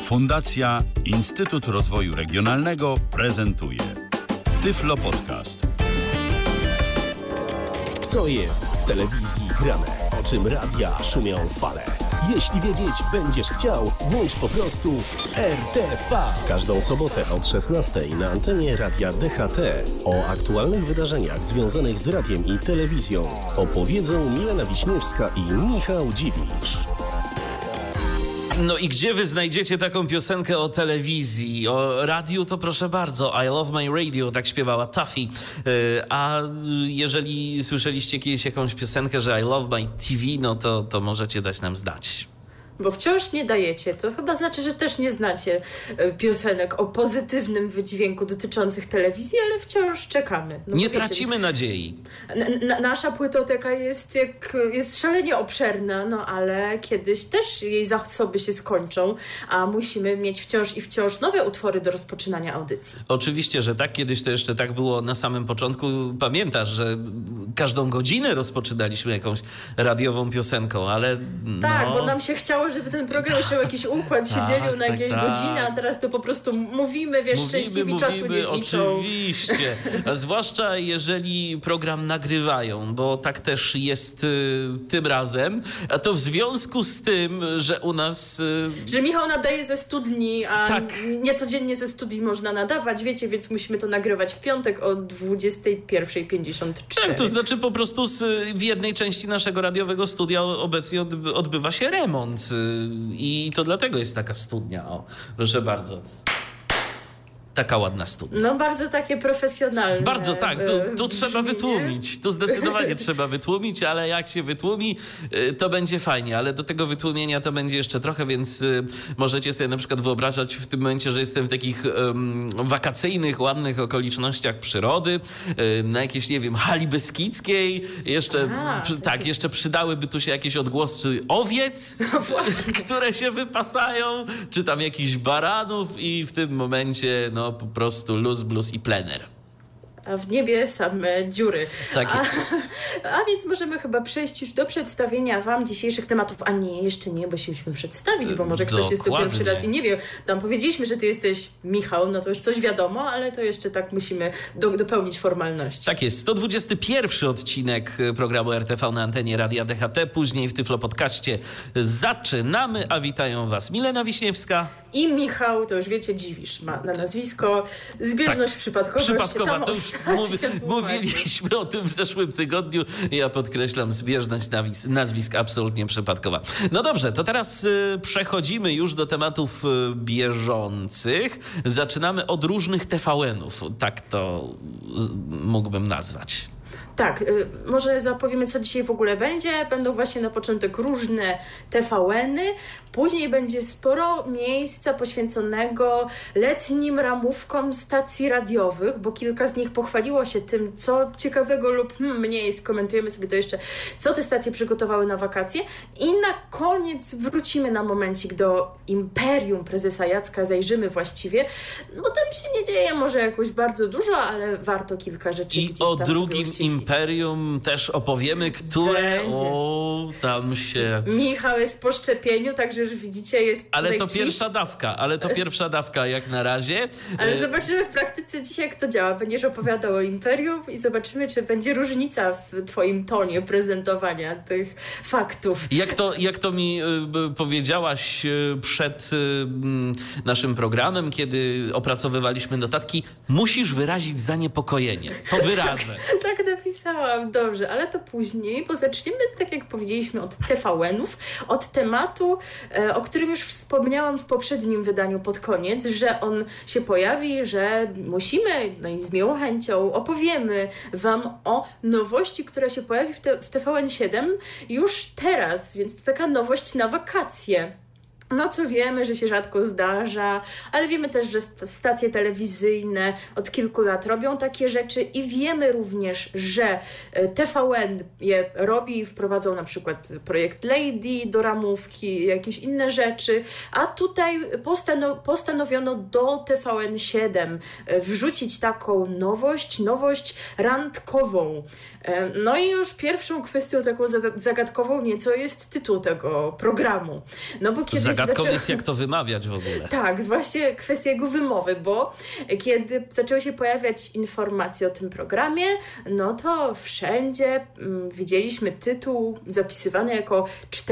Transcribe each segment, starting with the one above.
Fundacja Instytut Rozwoju Regionalnego prezentuje Tyflo Podcast. Co jest w telewizji grane? O czym radia szumią fale? Jeśli wiedzieć będziesz chciał, włącz po prostu RTV. W każdą sobotę od 16:00 na antenie Radia DHT o aktualnych wydarzeniach związanych z radiem i telewizją opowiedzą Milena Wiśniewska i Michał Dziwisz. No i gdzie wy znajdziecie taką piosenkę o telewizji? O radiu to proszę bardzo, I Love My Radio, tak śpiewała Tuffy. A jeżeli słyszeliście kiedyś jakąś piosenkę, że I Love My TV, no to możecie dać nam znać. Bo wciąż nie dajecie. To chyba znaczy, że też nie znacie piosenek o pozytywnym wydźwięku dotyczących telewizji, ale wciąż czekamy. No nie tracimy nadziei. Nasza płytoteka jest szalenie obszerna, no ale kiedyś też jej zasoby się skończą, a musimy mieć wciąż nowe utwory do rozpoczynania audycji. Oczywiście, że tak. Kiedyś to jeszcze tak było na samym początku. Pamiętasz, że każdą godzinę rozpoczynaliśmy jakąś radiową piosenką, ale tak, bo nam się chciało, żeby ten program się jakiś układ się dzielił na jakieś godziny, a teraz to po prostu mówimy, szczęśliwi czasu nie liczą. Oczywiście, a zwłaszcza jeżeli program nagrywają, bo tak też jest tym razem, a to w związku z tym, że u nas... Że Michał nadaje ze studni, a tak. Nie codziennie ze studni można nadawać, wiecie, więc musimy to nagrywać w piątek o 21:54. Tak, to znaczy po prostu w jednej części naszego radiowego studia obecnie odbywa się remont. I to dlatego jest taka studnia. O, proszę bardzo. Taka ładna studnia. No bardzo takie profesjonalne. Bardzo tak, tu trzeba wytłumić. Tu zdecydowanie trzeba wytłumić, ale jak się wytłumi, to będzie fajnie. Ale do tego wytłumienia to będzie jeszcze trochę, więc możecie sobie na przykład wyobrażać w tym momencie, że jestem w takich wakacyjnych, ładnych okolicznościach przyrody, na jakiejś, nie wiem, hali beskidzkiej. Jeszcze przydałyby tu się jakieś odgłosy owiec, które się wypasają, czy tam jakichś baranów i w tym momencie po prostu luz, blues i plener. A w niebie same dziury. Tak jest. A więc możemy chyba przejść już do przedstawienia wam dzisiejszych tematów. A nie, jeszcze nie, bo się musimy przedstawić, bo może ktoś jest tu pierwszy raz i nie wie. Tam powiedzieliśmy, że ty jesteś Michał, no to już coś wiadomo, ale to jeszcze tak musimy dopełnić formalności. Tak jest. 121 odcinek programu RTV na antenie Radia DHT. Później w Tyflo Podcaście zaczynamy, a witają was Milena Wiśniewska i Michał, to już wiecie, Dziwisz ma na nazwisko. Zbieżność, przypadkowość. Przypadkowa, to już mówiliśmy o tym w zeszłym tygodniu. Ja podkreślam, zbieżność nazwisk absolutnie przypadkowa. No dobrze, to teraz przechodzimy już do tematów bieżących. Zaczynamy od różnych TVN-ów. Tak to mógłbym nazwać. Tak, może zapowiemy, co dzisiaj w ogóle będzie. Będą właśnie na początek różne TVN-y. Później będzie sporo miejsca poświęconego letnim ramówkom stacji radiowych, bo kilka z nich pochwaliło się tym, co ciekawego lub mniej. Skomentujemy sobie to jeszcze, co te stacje przygotowały na wakacje. I na koniec wrócimy na momencik do Imperium prezesa Jacka. Zajrzymy właściwie, bo tam się nie dzieje może jakoś bardzo dużo, ale warto kilka rzeczy gdzieś tam o drugim Imperium też opowiemy, które tam się... Michał jest po szczepieniu, także już widzicie, jest ale to chip. pierwsza dawka jak na razie. Ale zobaczymy w praktyce dzisiaj, jak to działa. Będziesz opowiadał o Imperium i zobaczymy, czy będzie różnica w twoim tonie prezentowania tych faktów. Jak to mi powiedziałaś przed naszym programem, kiedy opracowywaliśmy notatki, musisz wyrazić zaniepokojenie. To wyrażę. Tak napisałam, dobrze, ale to później, bo zaczniemy, tak jak powiedzieliśmy, od TVN-ów, od tematu, o którym już wspomniałam w poprzednim wydaniu pod koniec, że on się pojawi, że musimy, no i z miłą chęcią opowiemy wam o nowości, która się pojawi w TVN7 już teraz, więc to taka nowość na wakacje. No co wiemy, że się rzadko zdarza, ale wiemy też, że stacje telewizyjne od kilku lat robią takie rzeczy i wiemy również, że TVN je robi, wprowadzą na przykład projekt Lady do ramówki, jakieś inne rzeczy, a tutaj postanowiono do TVN7 wrzucić taką nowość randkową. No i już pierwszą kwestią taką zagadkową nieco jest tytuł tego programu. No bo kiedyś Zagadką jest, jak to wymawiać w ogóle. Tak, właśnie kwestia jego wymowy, bo kiedy zaczęły się pojawiać informacje o tym programie, no to wszędzie widzieliśmy tytuł zapisywany jako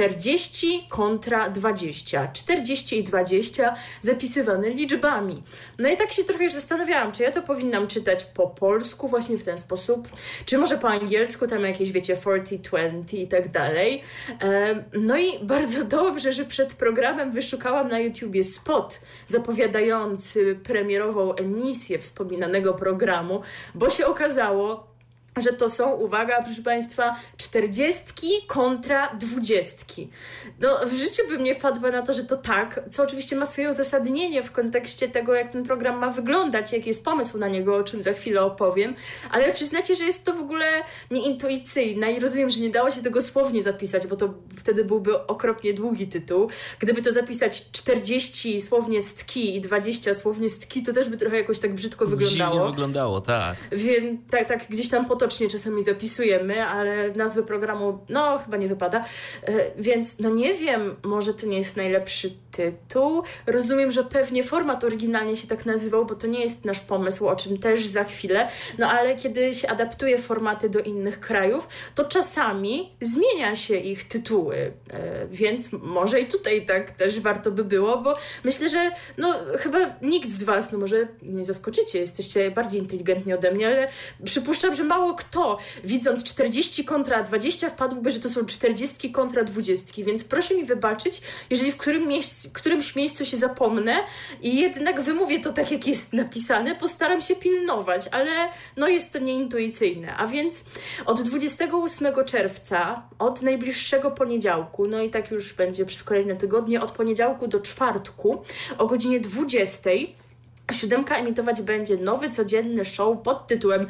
40 kontra 20. 40 i 20 zapisywane liczbami. No i tak się trochę już zastanawiałam, czy ja to powinnam czytać po polsku właśnie w ten sposób, czy może po angielsku, tam jakieś, wiecie, 40, 20 i tak dalej. No i bardzo dobrze, że przed programem wyszukałam na YouTubie spot zapowiadający premierową emisję wspominanego programu, bo się okazało, że to są, uwaga, proszę Państwa, 40 kontra 20. No, w życiu bym nie wpadła na to, że to tak, co oczywiście ma swoje uzasadnienie w kontekście tego, jak ten program ma wyglądać, jaki jest pomysł na niego, o czym za chwilę opowiem, ale przyznacie, że jest to w ogóle nieintuicyjne i rozumiem, że nie dało się tego słownie zapisać, bo to wtedy byłby okropnie długi tytuł. Gdyby to zapisać 40 słownie stki i 20 słownie stki, to też by trochę jakoś tak brzydko wyglądało. Dziwnie wyglądało, tak. Więc tak gdzieś tam potocznie czasami zapisujemy, ale nazwy programu, no chyba nie wypada. Więc no nie wiem, może to nie jest najlepszy tytuł. Rozumiem, że pewnie format oryginalnie się tak nazywał, bo to nie jest nasz pomysł, o czym też za chwilę. No ale kiedy się adaptuje formaty do innych krajów, to czasami zmienia się ich tytuły. Więc może i tutaj tak też warto by było, bo myślę, że no chyba nikt z Was, no może nie zaskoczycie, jesteście bardziej inteligentni ode mnie, ale przypuszczam, że mało kto, widząc 40 kontra 20, wpadłby, że to są 40 kontra 20, więc proszę mi wybaczyć, jeżeli w którymś miejscu się zapomnę i jednak wymówię to tak, jak jest napisane, postaram się pilnować, ale no jest to nieintuicyjne. A więc od 28 czerwca, od najbliższego poniedziałku, no i tak już będzie przez kolejne tygodnie, od poniedziałku do czwartku o godzinie 20, Siódemka emitować będzie nowy, codzienny show pod tytułem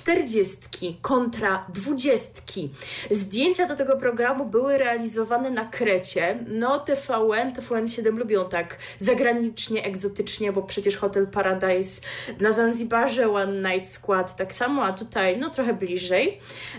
40 kontra 20. Zdjęcia do tego programu były realizowane na Krecie. No TVN7 lubią tak zagranicznie, egzotycznie, bo przecież Hotel Paradise na Zanzibarze, One Night Squad tak samo, a tutaj no trochę bliżej.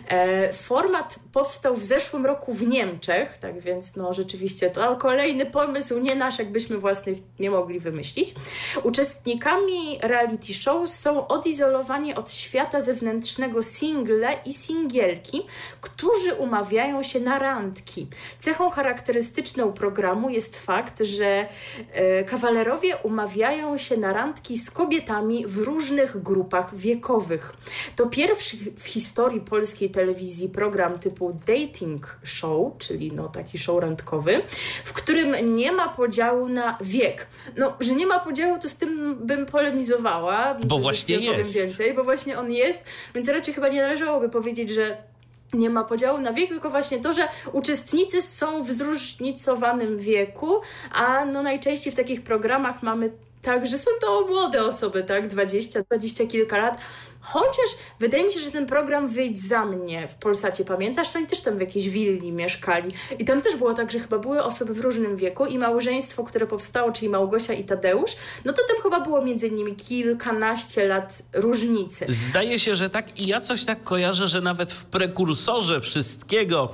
Format powstał w zeszłym roku w Niemczech, tak więc no rzeczywiście to kolejny pomysł, nie nasz, jakbyśmy własnych nie mogli wymyślić. Uczestnikami reality show są odizolowani od świata zewnętrznego single i singielki, którzy umawiają się na randki. Cechą charakterystyczną programu jest fakt, że kawalerowie umawiają się na randki z kobietami w różnych grupach wiekowych. To pierwszy w historii polskiej telewizji program typu dating show, czyli no taki show randkowy, w którym nie ma podziału na wiek. No, że nie ma podziału, to z tym bym polemizowała. Bo właśnie jest. Powiem więcej, bo właśnie on jest, więc raczej chyba nie należałoby powiedzieć, że nie ma podziału na wiek, tylko właśnie to, że uczestnicy są w zróżnicowanym wieku, a no najczęściej w takich programach mamy tak, że są to młode osoby, tak, 20 kilka lat. Chociaż wydaje mi się, że ten program Wyjdź za mnie w Polsacie, pamiętasz? Oni też tam w jakiejś willi mieszkali. I tam też było tak, że chyba były osoby w różnym wieku i małżeństwo, które powstało, czyli Małgosia i Tadeusz, no to tam chyba było między nimi kilkanaście lat różnicy. Zdaje się, że tak i ja coś tak kojarzę, że nawet w prekursorze wszystkiego,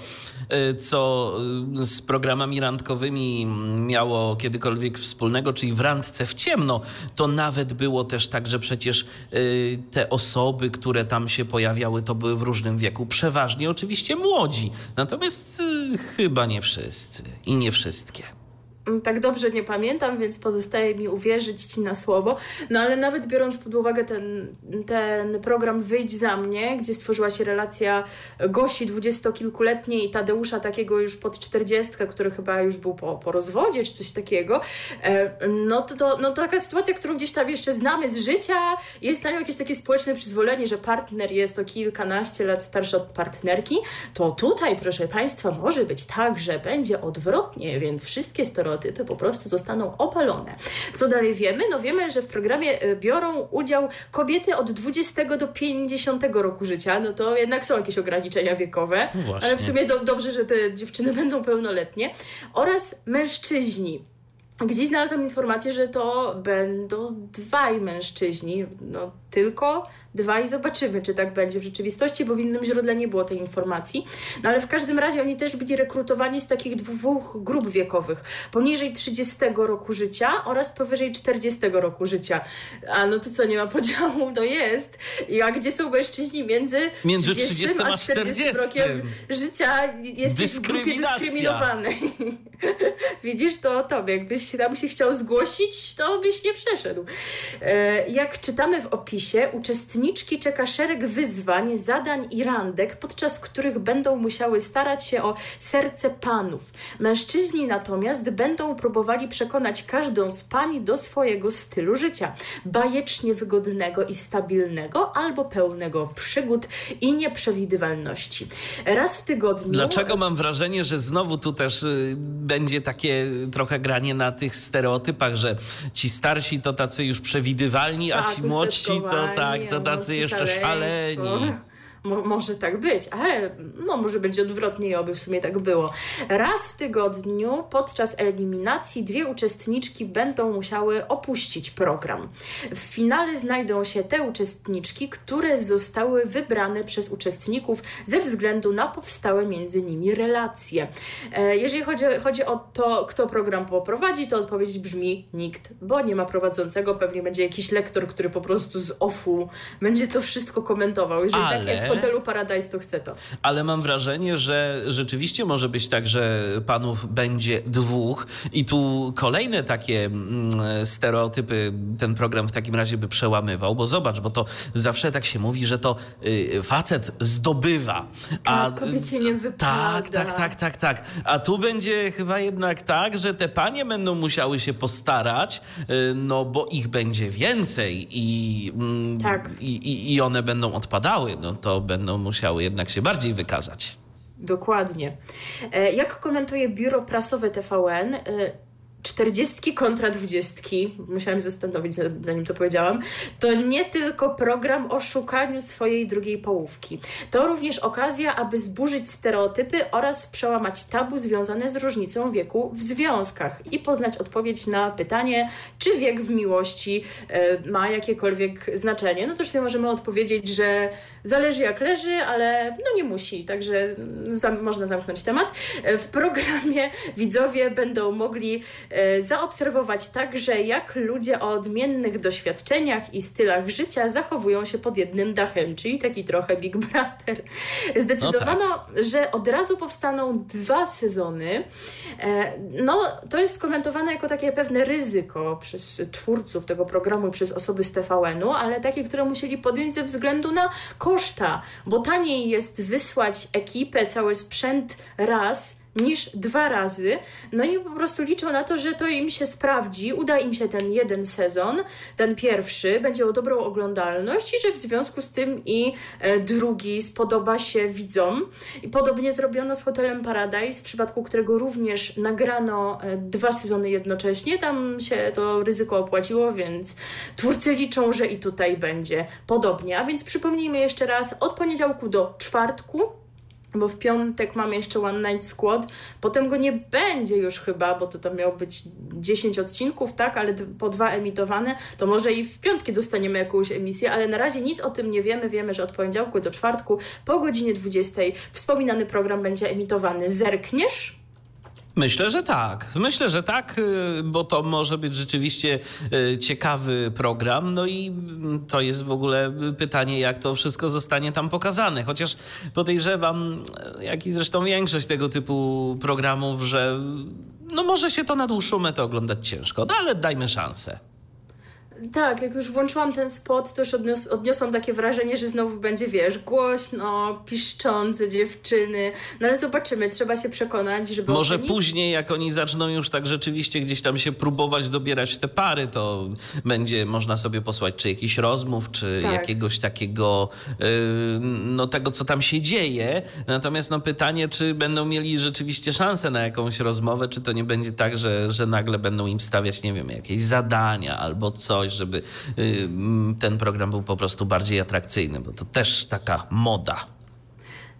co z programami randkowymi miało kiedykolwiek wspólnego, czyli w Randce w ciemno, to nawet było też tak, że przecież te osoby, które tam się pojawiały, to były w różnym wieku. Przeważnie oczywiście młodzi. Natomiast chyba nie wszyscy i nie wszystkie. Tak dobrze nie pamiętam, więc pozostaje mi uwierzyć Ci na słowo. No ale nawet biorąc pod uwagę ten program Wyjdź za mnie, gdzie stworzyła się relacja Gosi 20-kilkuletniej i Tadeusza takiego już pod 40, który chyba już był po rozwodzie czy coś takiego, no to taka sytuacja, którą gdzieś tam jeszcze znamy z życia, jest na nią jakieś takie społeczne przyzwolenie, że partner jest o kilkanaście lat starszy od partnerki, to tutaj, proszę Państwa, może być tak, że będzie odwrotnie, więc wszystkie stereotypy po prostu zostaną opalone. Co dalej wiemy? No wiemy, że w programie biorą udział kobiety od 20 do 50 roku życia, no to jednak są jakieś ograniczenia wiekowe, no ale w sumie dobrze, że te dziewczyny będą pełnoletnie, oraz mężczyźni. Gdzieś znalazłam informację, że to będą dwaj mężczyźni, no tylko 2 i zobaczymy, czy tak będzie w rzeczywistości, bo w innym źródle nie było tej informacji. No ale w każdym razie oni też byli rekrutowani z takich 2 grup wiekowych. Poniżej 30 roku życia oraz powyżej 40 roku życia. A no to co, nie ma podziału? No jest. A gdzie są mężczyźni między 30 a 40 rokiem życia? Jesteś w grupie dyskryminowanej. Widzisz, to o tobie. Jakbyś tam się chciał zgłosić, to byś nie przeszedł. Jak czytamy w opisie, uczestniczki czeka szereg wyzwań, zadań i randek, podczas których będą musiały starać się o serce panów. Mężczyźni natomiast będą próbowali przekonać każdą z pań do swojego stylu życia. Bajecznie wygodnego i stabilnego, albo pełnego przygód i nieprzewidywalności. Raz w tygodniu... Dlaczego mam wrażenie, że znowu tu też będzie takie trochę granie na tych stereotypach, że ci starsi to tacy już przewidywalni, a ci młodsi to tacy jeszcze szaleni. Może tak być, ale może być odwrotnie i oby w sumie tak było. Raz w tygodniu podczas eliminacji 2 uczestniczki będą musiały opuścić program. W finale znajdą się te uczestniczki, które zostały wybrane przez uczestników ze względu na powstałe między nimi relacje. Jeżeli chodzi o to, kto program poprowadzi, to odpowiedź brzmi nikt, bo nie ma prowadzącego, pewnie będzie jakiś lektor, który po prostu z offu będzie to wszystko komentował. Jeżeli tak jak w hotelu Paradise, to chce to. Ale mam wrażenie, że rzeczywiście może być tak, że panów będzie 2 i tu kolejne takie stereotypy ten program w takim razie by przełamywał, bo zobacz, bo to zawsze tak się mówi, że to facet zdobywa. A kobiecie nie wypada. Tak. A tu będzie chyba jednak tak, że te panie będą musiały się postarać, no bo ich będzie więcej i one będą odpadały, no to będą musiały jednak się bardziej wykazać. Dokładnie. Jak komentuje biuro prasowe TVN, 40 kontra 20, musiałam zastanowić, zanim to powiedziałam, to nie tylko program o szukaniu swojej drugiej połówki. To również okazja, aby zburzyć stereotypy oraz przełamać tabu związane z różnicą wieku w związkach i poznać odpowiedź na pytanie, czy wiek w miłości ma jakiekolwiek znaczenie. No to już sobie możemy odpowiedzieć, że zależy jak leży, ale nie musi, także można zamknąć temat. W programie widzowie będą mogli zaobserwować także, jak ludzie o odmiennych doświadczeniach i stylach życia zachowują się pod jednym dachem, czyli taki trochę Big Brother. Zdecydowano, że od razu powstaną 2 sezony. To jest komentowane jako takie pewne ryzyko przez twórców tego programu i przez osoby z TVN-u, ale takie, które musieli podjąć ze względu na koszta, bo taniej jest wysłać ekipę, cały sprzęt raz, niż 2 razy. No i po prostu liczą na to, że to im się sprawdzi, uda im się ten jeden sezon, ten pierwszy, będzie o dobrą oglądalność i że w związku z tym i drugi spodoba się widzom. I podobnie zrobiono z Hotelem Paradise, w przypadku którego również nagrano 2 sezony jednocześnie. Tam się to ryzyko opłaciło, więc twórcy liczą, że i tutaj będzie podobnie. A więc przypomnijmy jeszcze raz, od poniedziałku do czwartku, bo w piątek mamy jeszcze One Night Squad, potem go nie będzie już chyba, bo to tam miało być 10 odcinków, tak, ale po 2 emitowane, to może i w piątki dostaniemy jakąś emisję, ale na razie nic o tym nie wiemy. Wiemy, że od poniedziałku do czwartku po godzinie 20 wspominany program będzie emitowany. Zerkniesz? Myślę, że tak, bo to może być rzeczywiście ciekawy program, no i to jest w ogóle pytanie, jak to wszystko zostanie tam pokazane, chociaż podejrzewam, jak i zresztą większość tego typu programów, że może się to na dłuższą metę oglądać ciężko, ale dajmy szansę. Tak, jak już włączyłam ten spot, to już odniosłam takie wrażenie, że znowu będzie, głośno, piszczące dziewczyny. No ale zobaczymy, trzeba się przekonać, żeby może ocenić. Później, jak oni zaczną już tak rzeczywiście gdzieś tam się próbować dobierać w te pary, to będzie można sobie posłać czy jakichś rozmów, czy jakiegoś takiego, tego, co tam się dzieje. Natomiast pytanie, czy będą mieli rzeczywiście szansę na jakąś rozmowę, czy to nie będzie tak, że nagle będą im stawiać, nie wiem, jakieś zadania albo coś, żeby ten program był po prostu bardziej atrakcyjny, bo to też taka moda.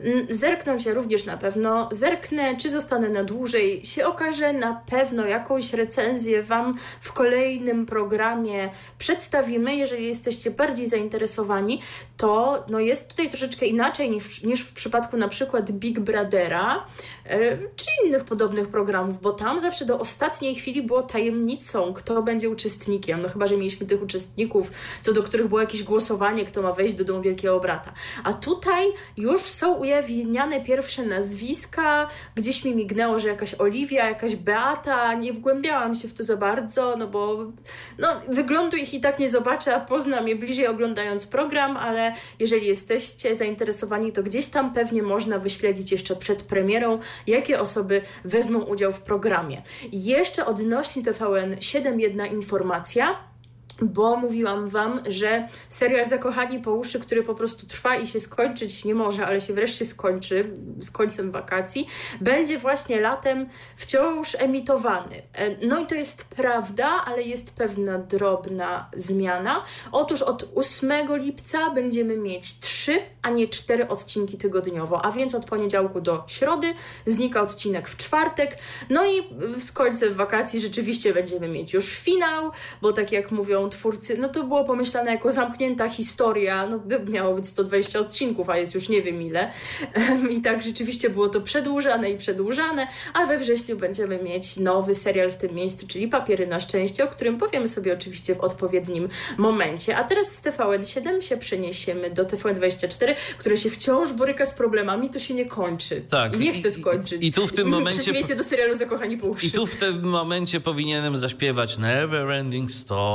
Zerknąć ja również na pewno. Zerknę, czy zostanę na dłużej, się okaże. Na pewno jakąś recenzję Wam w kolejnym programie przedstawimy. Jeżeli jesteście bardziej zainteresowani, to jest tutaj troszeczkę inaczej niż w przypadku na przykład Big Brothera czy innych podobnych programów, bo tam zawsze do ostatniej chwili było tajemnicą, kto będzie uczestnikiem. Chyba że mieliśmy tych uczestników, co do których było jakieś głosowanie, kto ma wejść do Domu Wielkiego Brata. A tutaj już są ujawniane pierwsze nazwiska. Gdzieś mi mignęło, że jakaś Oliwia, jakaś Beata. Nie wgłębiałam się w to za bardzo, bo wyglądu ich i tak nie zobaczę, a poznam je bliżej oglądając program, ale jeżeli jesteście zainteresowani, to gdzieś tam pewnie można wyśledzić jeszcze przed premierą, jakie osoby wezmą udział w programie. Jeszcze odnośnie TVN7 jedna informacja, bo mówiłam Wam, że serial Zakochani po uszy, który po prostu trwa i się skończyć nie może, ale się wreszcie skończy z końcem wakacji, będzie właśnie latem wciąż emitowany. I to jest prawda, ale jest pewna drobna zmiana. Otóż od 8 lipca będziemy mieć 3, a nie 4 odcinki tygodniowo, a więc od poniedziałku do środy znika odcinek w czwartek. I z końcem wakacji rzeczywiście będziemy mieć już finał, bo tak jak mówią twórcy, to było pomyślane jako zamknięta historia, miało być 120 odcinków, a jest już nie wiem ile. I tak rzeczywiście było to przedłużane, a we wrześniu będziemy mieć nowy serial w tym miejscu, czyli Papiery na szczęście, o którym powiemy sobie oczywiście w odpowiednim momencie. A teraz z TVN7 się przeniesiemy do TVN24, które się wciąż boryka z problemami, to się nie kończy. Tak. I nie chce skończyć. I tu w tym momencie... W przeciwieństwie do serialu Zakochani po uszy. I tu w tym momencie powinienem zaśpiewać Never Ending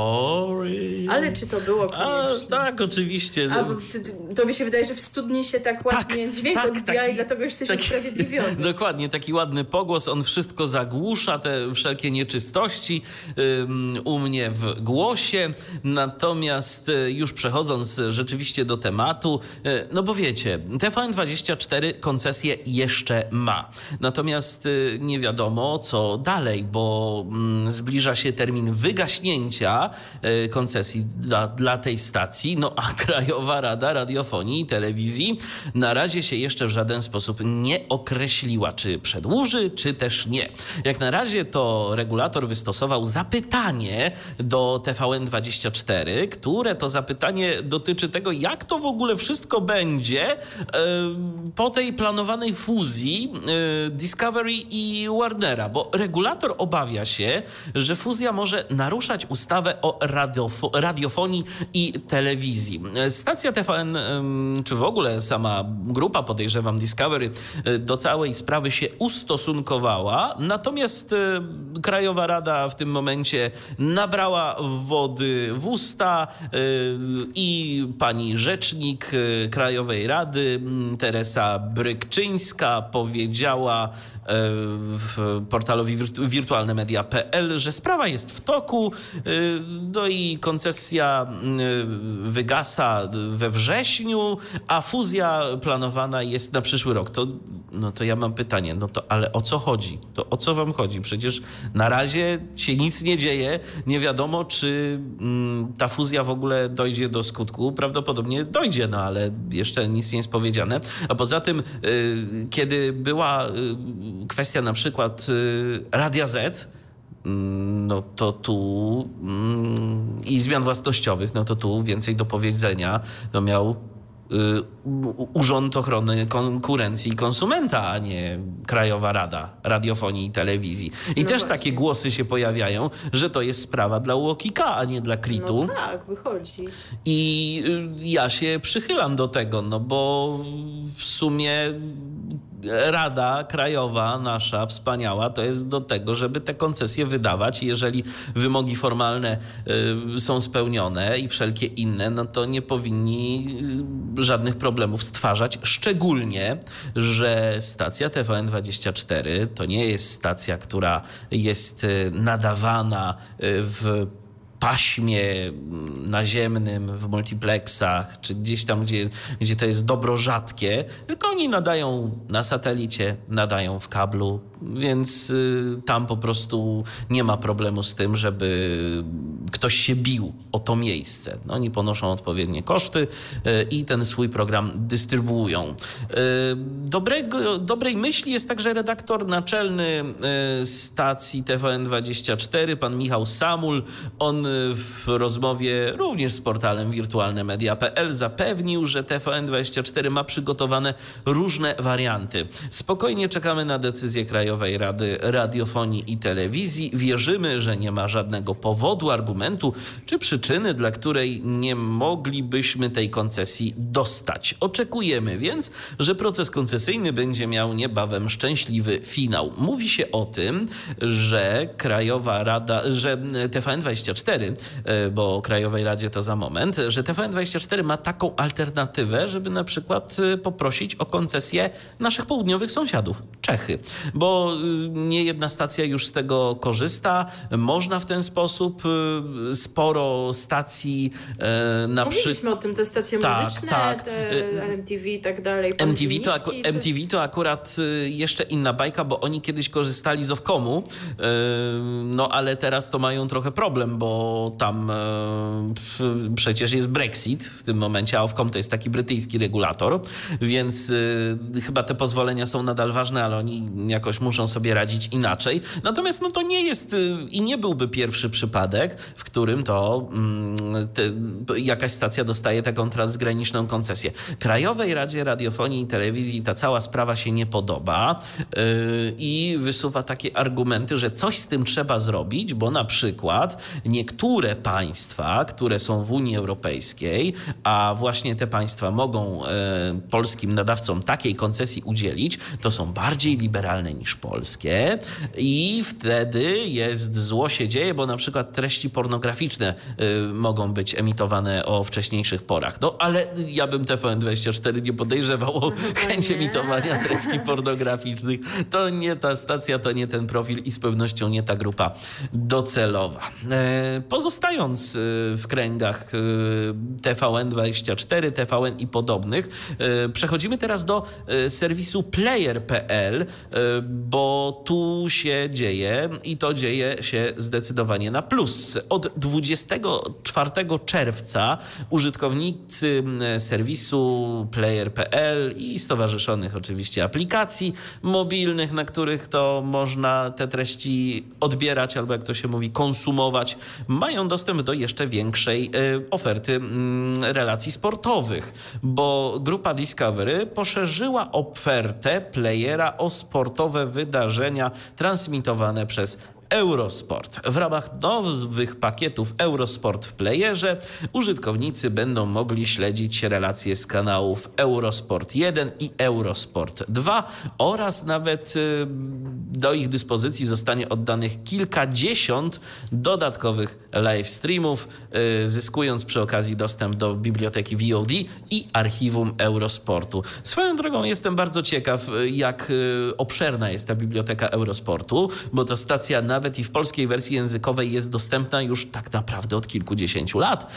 Story. Ale czy to było koniecznie? Tak, oczywiście. To mi się wydaje, że w studni się tak ładnie dźwięk odbija i dlatego jesteś usprawiedliwiony. Dokładnie, taki ładny pogłos, on wszystko zagłusza, te wszelkie nieczystości u mnie w głosie. Natomiast już przechodząc rzeczywiście do tematu, bo wiecie, TVN24 koncesję jeszcze ma. Natomiast nie wiadomo co dalej, bo zbliża się termin wygaśnięcia koncesji dla tej stacji, a Krajowa Rada Radiofonii i Telewizji na razie się jeszcze w żaden sposób nie określiła, czy przedłuży, czy też nie. Jak na razie to regulator wystosował zapytanie do TVN24, które to zapytanie dotyczy tego, jak to w ogóle wszystko będzie po tej planowanej fuzji Discovery i Warnera, bo regulator obawia się, że fuzja może naruszać ustawę o radiofonii i telewizji. Stacja TVN, czy w ogóle sama grupa, podejrzewam, Discovery, do całej sprawy się ustosunkowała, natomiast Krajowa Rada w tym momencie nabrała wody w usta i pani rzecznik Krajowej Rady, Teresa Brykczyńska, powiedziała w portalowi wirtualnemedia.pl, że sprawa jest w toku, i koncesja wygasa we wrześniu, a fuzja planowana jest na przyszły rok. To ja mam pytanie, ale o co chodzi? To o co wam chodzi? Przecież na razie się nic nie dzieje, nie wiadomo, czy ta fuzja w ogóle dojdzie do skutku. Prawdopodobnie dojdzie, ale jeszcze nic nie jest powiedziane. A poza tym, kiedy była kwestia na przykład Radia Z, to tu i zmian własnościowych, to tu więcej do powiedzenia miał Urząd Ochrony Konkurencji i Konsumenta, a nie Krajowa Rada Radiofonii i Telewizji. I też właśnie takie głosy się pojawiają, że to jest sprawa dla UOKiK-a, a nie dla KRIT-u. Tak, wychodzi. I ja się przychylam do tego, bo w sumie Rada Krajowa nasza, wspaniała, to jest do tego, żeby te koncesje wydawać. Jeżeli wymogi formalne są spełnione i wszelkie inne, to nie powinni żadnych problemów stwarzać. Szczególnie, że stacja TVN24 to nie jest stacja, która jest nadawana w paśmie naziemnym, w multiplexach, czy gdzieś tam, gdzie to jest dobro rzadkie, tylko oni nadają na satelicie, nadają w kablu, więc tam po prostu nie ma problemu z tym, żeby ktoś się bił o to miejsce. No, oni ponoszą odpowiednie koszty i ten swój program dystrybuują. Dobrej myśli jest także redaktor naczelny stacji TVN24, pan Michał Samul. On w rozmowie również z portalem wirtualnemedia.pl zapewnił, że TVN24 ma przygotowane różne warianty. Spokojnie czekamy na decyzję Krajowej Rady Radiofonii i Telewizji. Wierzymy, że nie ma żadnego powodu, argumentu czy przyczyny, dla której nie moglibyśmy tej koncesji dostać. Oczekujemy więc, że proces koncesyjny będzie miał niebawem szczęśliwy finał. Mówi się o tym, że Krajowa Rada, że TVN24, bo o Krajowej Radzie to za moment, że TVN24 ma taką alternatywę, żeby na przykład poprosić o koncesję naszych południowych sąsiadów, Czechy, bo nie jedna stacja już z tego korzysta. Można w ten sposób sporo stacji Mówiliśmy o tym, te stacje muzyczne, te MTV i tak dalej. MTV to akurat jeszcze inna bajka, bo oni kiedyś korzystali z Ofcomu, no ale teraz to mają trochę problem, bo tam przecież jest Brexit w tym momencie, a Ofcom to jest taki brytyjski regulator, więc chyba te pozwolenia są nadal ważne, ale oni jakoś muszą sobie radzić inaczej. Natomiast no to nie jest i nie byłby pierwszy przypadek, w którym to jakaś stacja dostaje taką transgraniczną koncesję. Krajowej Radzie Radiofonii i Telewizji ta cała sprawa się nie podoba i wysuwa takie argumenty, że coś z tym trzeba zrobić, bo na przykład niektóre państwa, które są w Unii Europejskiej, a właśnie te państwa mogą polskim nadawcom takiej koncesji udzielić, to są bardziej liberalne niż polskie i wtedy zło się dzieje, bo na przykład treści pornograficzne mogą być emitowane o wcześniejszych porach. No ale ja bym TVN24 nie podejrzewał o chęć emitowania treści pornograficznych. To nie ta stacja, to nie ten profil i z pewnością nie ta grupa docelowa. Pozostając w kręgach TVN24, TVN i podobnych, przechodzimy teraz do serwisu player.pl, bo tu się dzieje i to dzieje się zdecydowanie na plus. Od 24 czerwca użytkownicy serwisu player.pl i stowarzyszonych oczywiście aplikacji mobilnych, na których to można te treści odbierać albo jak to się mówi konsumować, mają dostęp do jeszcze większej oferty relacji sportowych, bo grupa Discovery poszerzyła ofertę playera o sportowe wydarzenia transmitowane przez Eurosport. W ramach nowych pakietów Eurosport w playerze użytkownicy będą mogli śledzić relacje z kanałów Eurosport 1 i Eurosport 2 oraz nawet do ich dyspozycji zostanie oddanych kilkadziesiąt dodatkowych live streamów, zyskując przy okazji dostęp do biblioteki VOD i archiwum Eurosportu. Swoją drogą jestem bardzo ciekaw, jak obszerna jest ta biblioteka Eurosportu, bo to stacja nawet i w polskiej wersji językowej jest dostępna już tak naprawdę od kilkudziesięciu lat.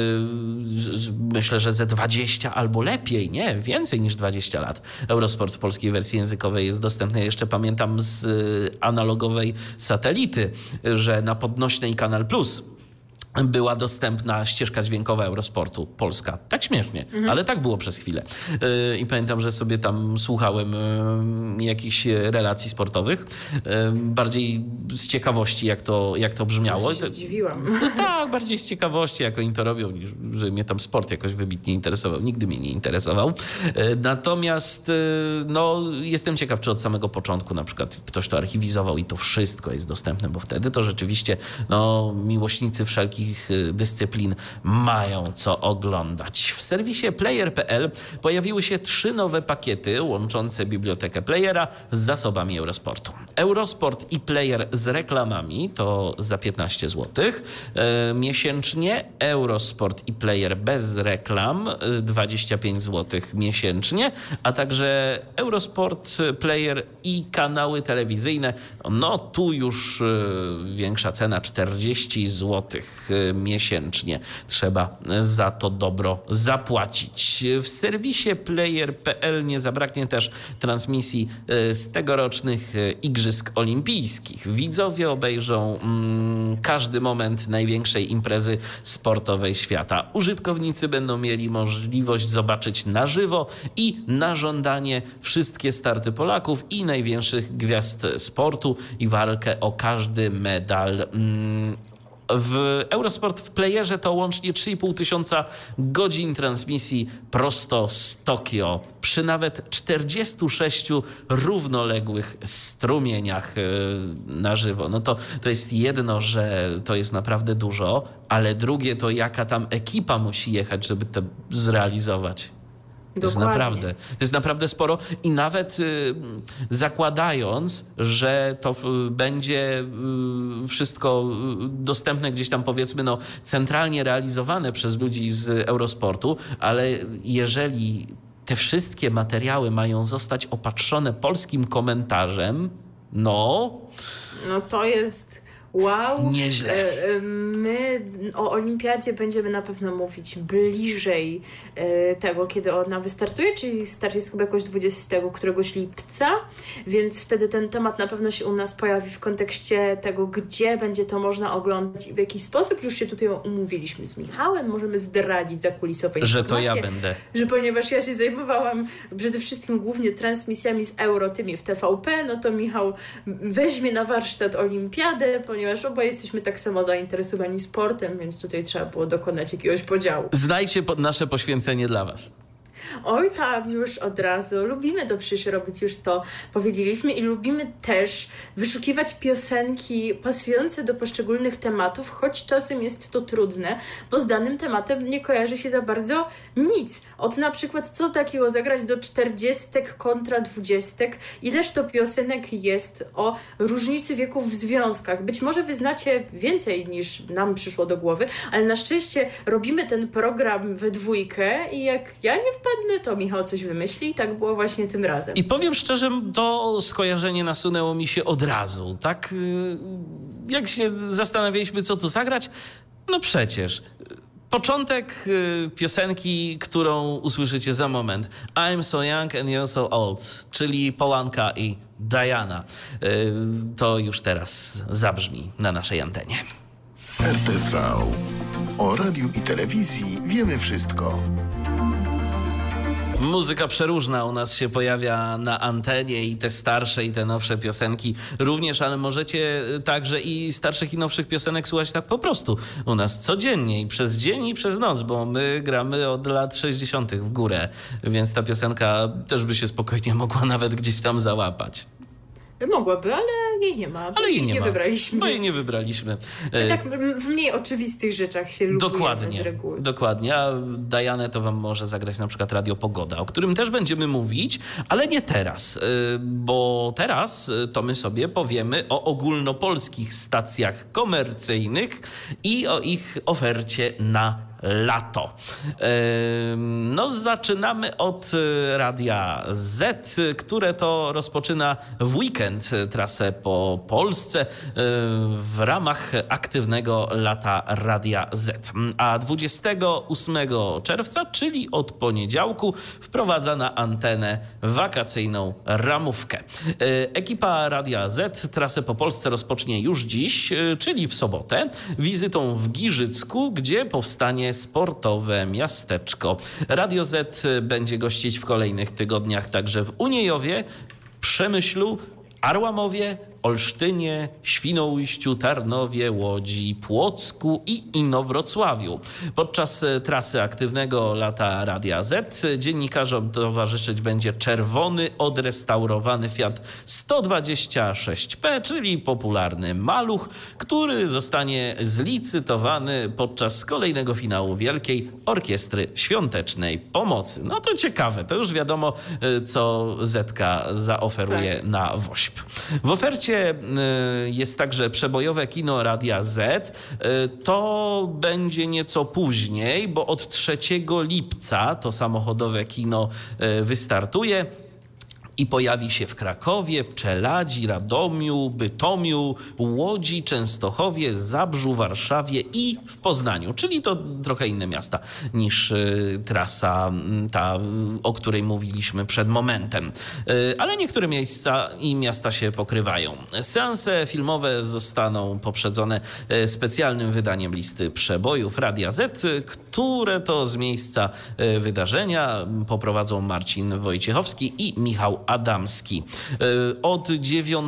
Myślę, że ze 20 albo lepiej, nie, więcej niż 20 lat. Eurosport w polskiej wersji językowej jest dostępny. Jeszcze pamiętam z analogowej satelity, że na podnośnej Kanal Plus była dostępna ścieżka dźwiękowa Eurosportu polska. Tak śmiesznie, ale tak było przez chwilę. I pamiętam, że sobie tam słuchałem jakichś relacji sportowych. Bardziej z ciekawości, jak to brzmiało. Ja się zdziwiłam. Tak, bardziej z ciekawości, jak oni to robią, niż że mnie tam sport jakoś wybitnie interesował. Nigdy mnie nie interesował. Natomiast no, jestem ciekaw, czy od samego początku na przykład ktoś to archiwizował i to wszystko jest dostępne, bo wtedy to rzeczywiście no, miłośnicy wszelkich dyscyplin mają co oglądać. W serwisie player.pl pojawiły się 3 nowe pakiety łączące bibliotekę playera z zasobami Eurosportu. Eurosport i player z reklamami to za 15 zł miesięcznie, Eurosport i player bez reklam 25 zł miesięcznie, a także Eurosport, player i kanały telewizyjne. No tu już większa cena 40 zł miesięcznie. Trzeba za to dobro zapłacić. W serwisie player.pl nie zabraknie też transmisji z tegorocznych Igrzysk Olimpijskich. Widzowie obejrzą każdy moment największej imprezy sportowej świata. Użytkownicy będą mieli możliwość zobaczyć na żywo i na żądanie wszystkie starty Polaków i największych gwiazd sportu i walkę o każdy medal. W Eurosport w Playerze to łącznie 3,5 tysiąca godzin transmisji prosto z Tokio przy nawet 46 równoległych strumieniach na żywo. No to jest jedno, że to jest naprawdę dużo, ale drugie to jaka tam ekipa musi jechać, żeby to zrealizować. To jest naprawdę sporo i nawet zakładając, że to będzie wszystko dostępne gdzieś tam powiedzmy centralnie realizowane przez ludzi z Eurosportu, ale jeżeli te wszystkie materiały mają zostać opatrzone polskim komentarzem, no to jest... Wow. Nieźle. My o Olimpiadzie będziemy na pewno mówić bliżej tego, kiedy ona wystartuje, czyli start jest chyba jakoś 20 któregoś lipca, więc wtedy ten temat na pewno się u nas pojawi w kontekście tego, gdzie będzie to można oglądać i w jaki sposób. Już się tutaj umówiliśmy z Michałem, możemy zdradzić zakulisowe informacje. Że to ja będę. Że ponieważ ja się zajmowałam przede wszystkim głównie transmisjami z Euro, tymi w TVP, no to Michał weźmie na warsztat Olimpiadę, ponieważ oboje jesteśmy tak samo zainteresowani sportem, więc tutaj trzeba było dokonać jakiegoś podziału. Znajcie nasze poświęcenie dla was. Oj tak, już od razu. Lubimy to przecież robić, już to powiedzieliśmy i lubimy też wyszukiwać piosenki pasujące do poszczególnych tematów, choć czasem jest to trudne, bo z danym tematem nie kojarzy się za bardzo nic. Od na przykład co takiego zagrać do 40 kontra 20, ileż to piosenek jest o różnicy wieków w związkach. Być może wy znacie więcej niż nam przyszło do głowy, ale na szczęście robimy ten program we dwójkę i jak ja nie wpadnę, to Michał coś wymyśli i tak było właśnie tym razem. I powiem szczerze, to skojarzenie nasunęło mi się od razu. Tak jak się zastanawialiśmy, co tu zagrać, no przecież początek piosenki, którą usłyszycie za moment. I'm so young and you're so old, czyli Polanka i Diana. To już teraz zabrzmi na naszej antenie. RTV. O radiu i telewizji wiemy wszystko. Muzyka przeróżna u nas się pojawia na antenie i te starsze i te nowsze piosenki również, ale możecie także i starszych i nowszych piosenek słuchać tak po prostu u nas codziennie i przez dzień i przez noc, bo my gramy od lat 60. w górę, więc ta piosenka też by się spokojnie mogła nawet gdzieś tam załapać. Mogłaby, ale jej nie ma. Ale jej nie ma. Wybraliśmy. Bo jej nie wybraliśmy. Tak w mniej oczywistych rzeczach się lubujemy z reguły. Dokładnie. A Dianę to wam może zagrać na przykład Radio Pogoda, o którym też będziemy mówić, ale nie teraz, bo teraz to my sobie powiemy o ogólnopolskich stacjach komercyjnych i o ich ofercie na lato. No, zaczynamy od Radia Z, które to rozpoczyna w weekend trasę po Polsce w ramach aktywnego lata Radia Z. A 28 czerwca, czyli od poniedziałku, wprowadza na antenę wakacyjną ramówkę. Ekipa Radia Z trasę po Polsce rozpocznie już dziś, czyli w sobotę, wizytą w Giżycku, gdzie powstanie sportowe miasteczko. Radio Z będzie gościć w kolejnych tygodniach także w Uniejowie, Przemyślu, Arłamowie, Olsztynie, Świnoujściu, Tarnowie, Łodzi, Płocku i Inowrocławiu. Podczas trasy aktywnego lata Radia Z dziennikarzom towarzyszyć będzie czerwony, odrestaurowany Fiat 126P, czyli popularny maluch, który zostanie zlicytowany podczas kolejnego finału Wielkiej Orkiestry Świątecznej Pomocy. No to ciekawe, to już wiadomo, co Zetka zaoferuje na WOŚP. W ofercie jest także przebojowe kino Radia Z. To będzie nieco później, bo od 3 lipca to samochodowe kino wystartuje. i pojawi się w Krakowie, w Czeladzi, Radomiu, Bytomiu, Łodzi, Częstochowie, Zabrzu, Warszawie i w Poznaniu. Czyli to trochę inne miasta niż trasa ta, o której mówiliśmy przed momentem. Ale niektóre miejsca i miasta się pokrywają. Seanse filmowe zostaną poprzedzone specjalnym wydaniem listy przebojów Radia Z, które to z miejsca wydarzenia poprowadzą Marcin Wojciechowski i Michał Adamski. Od 9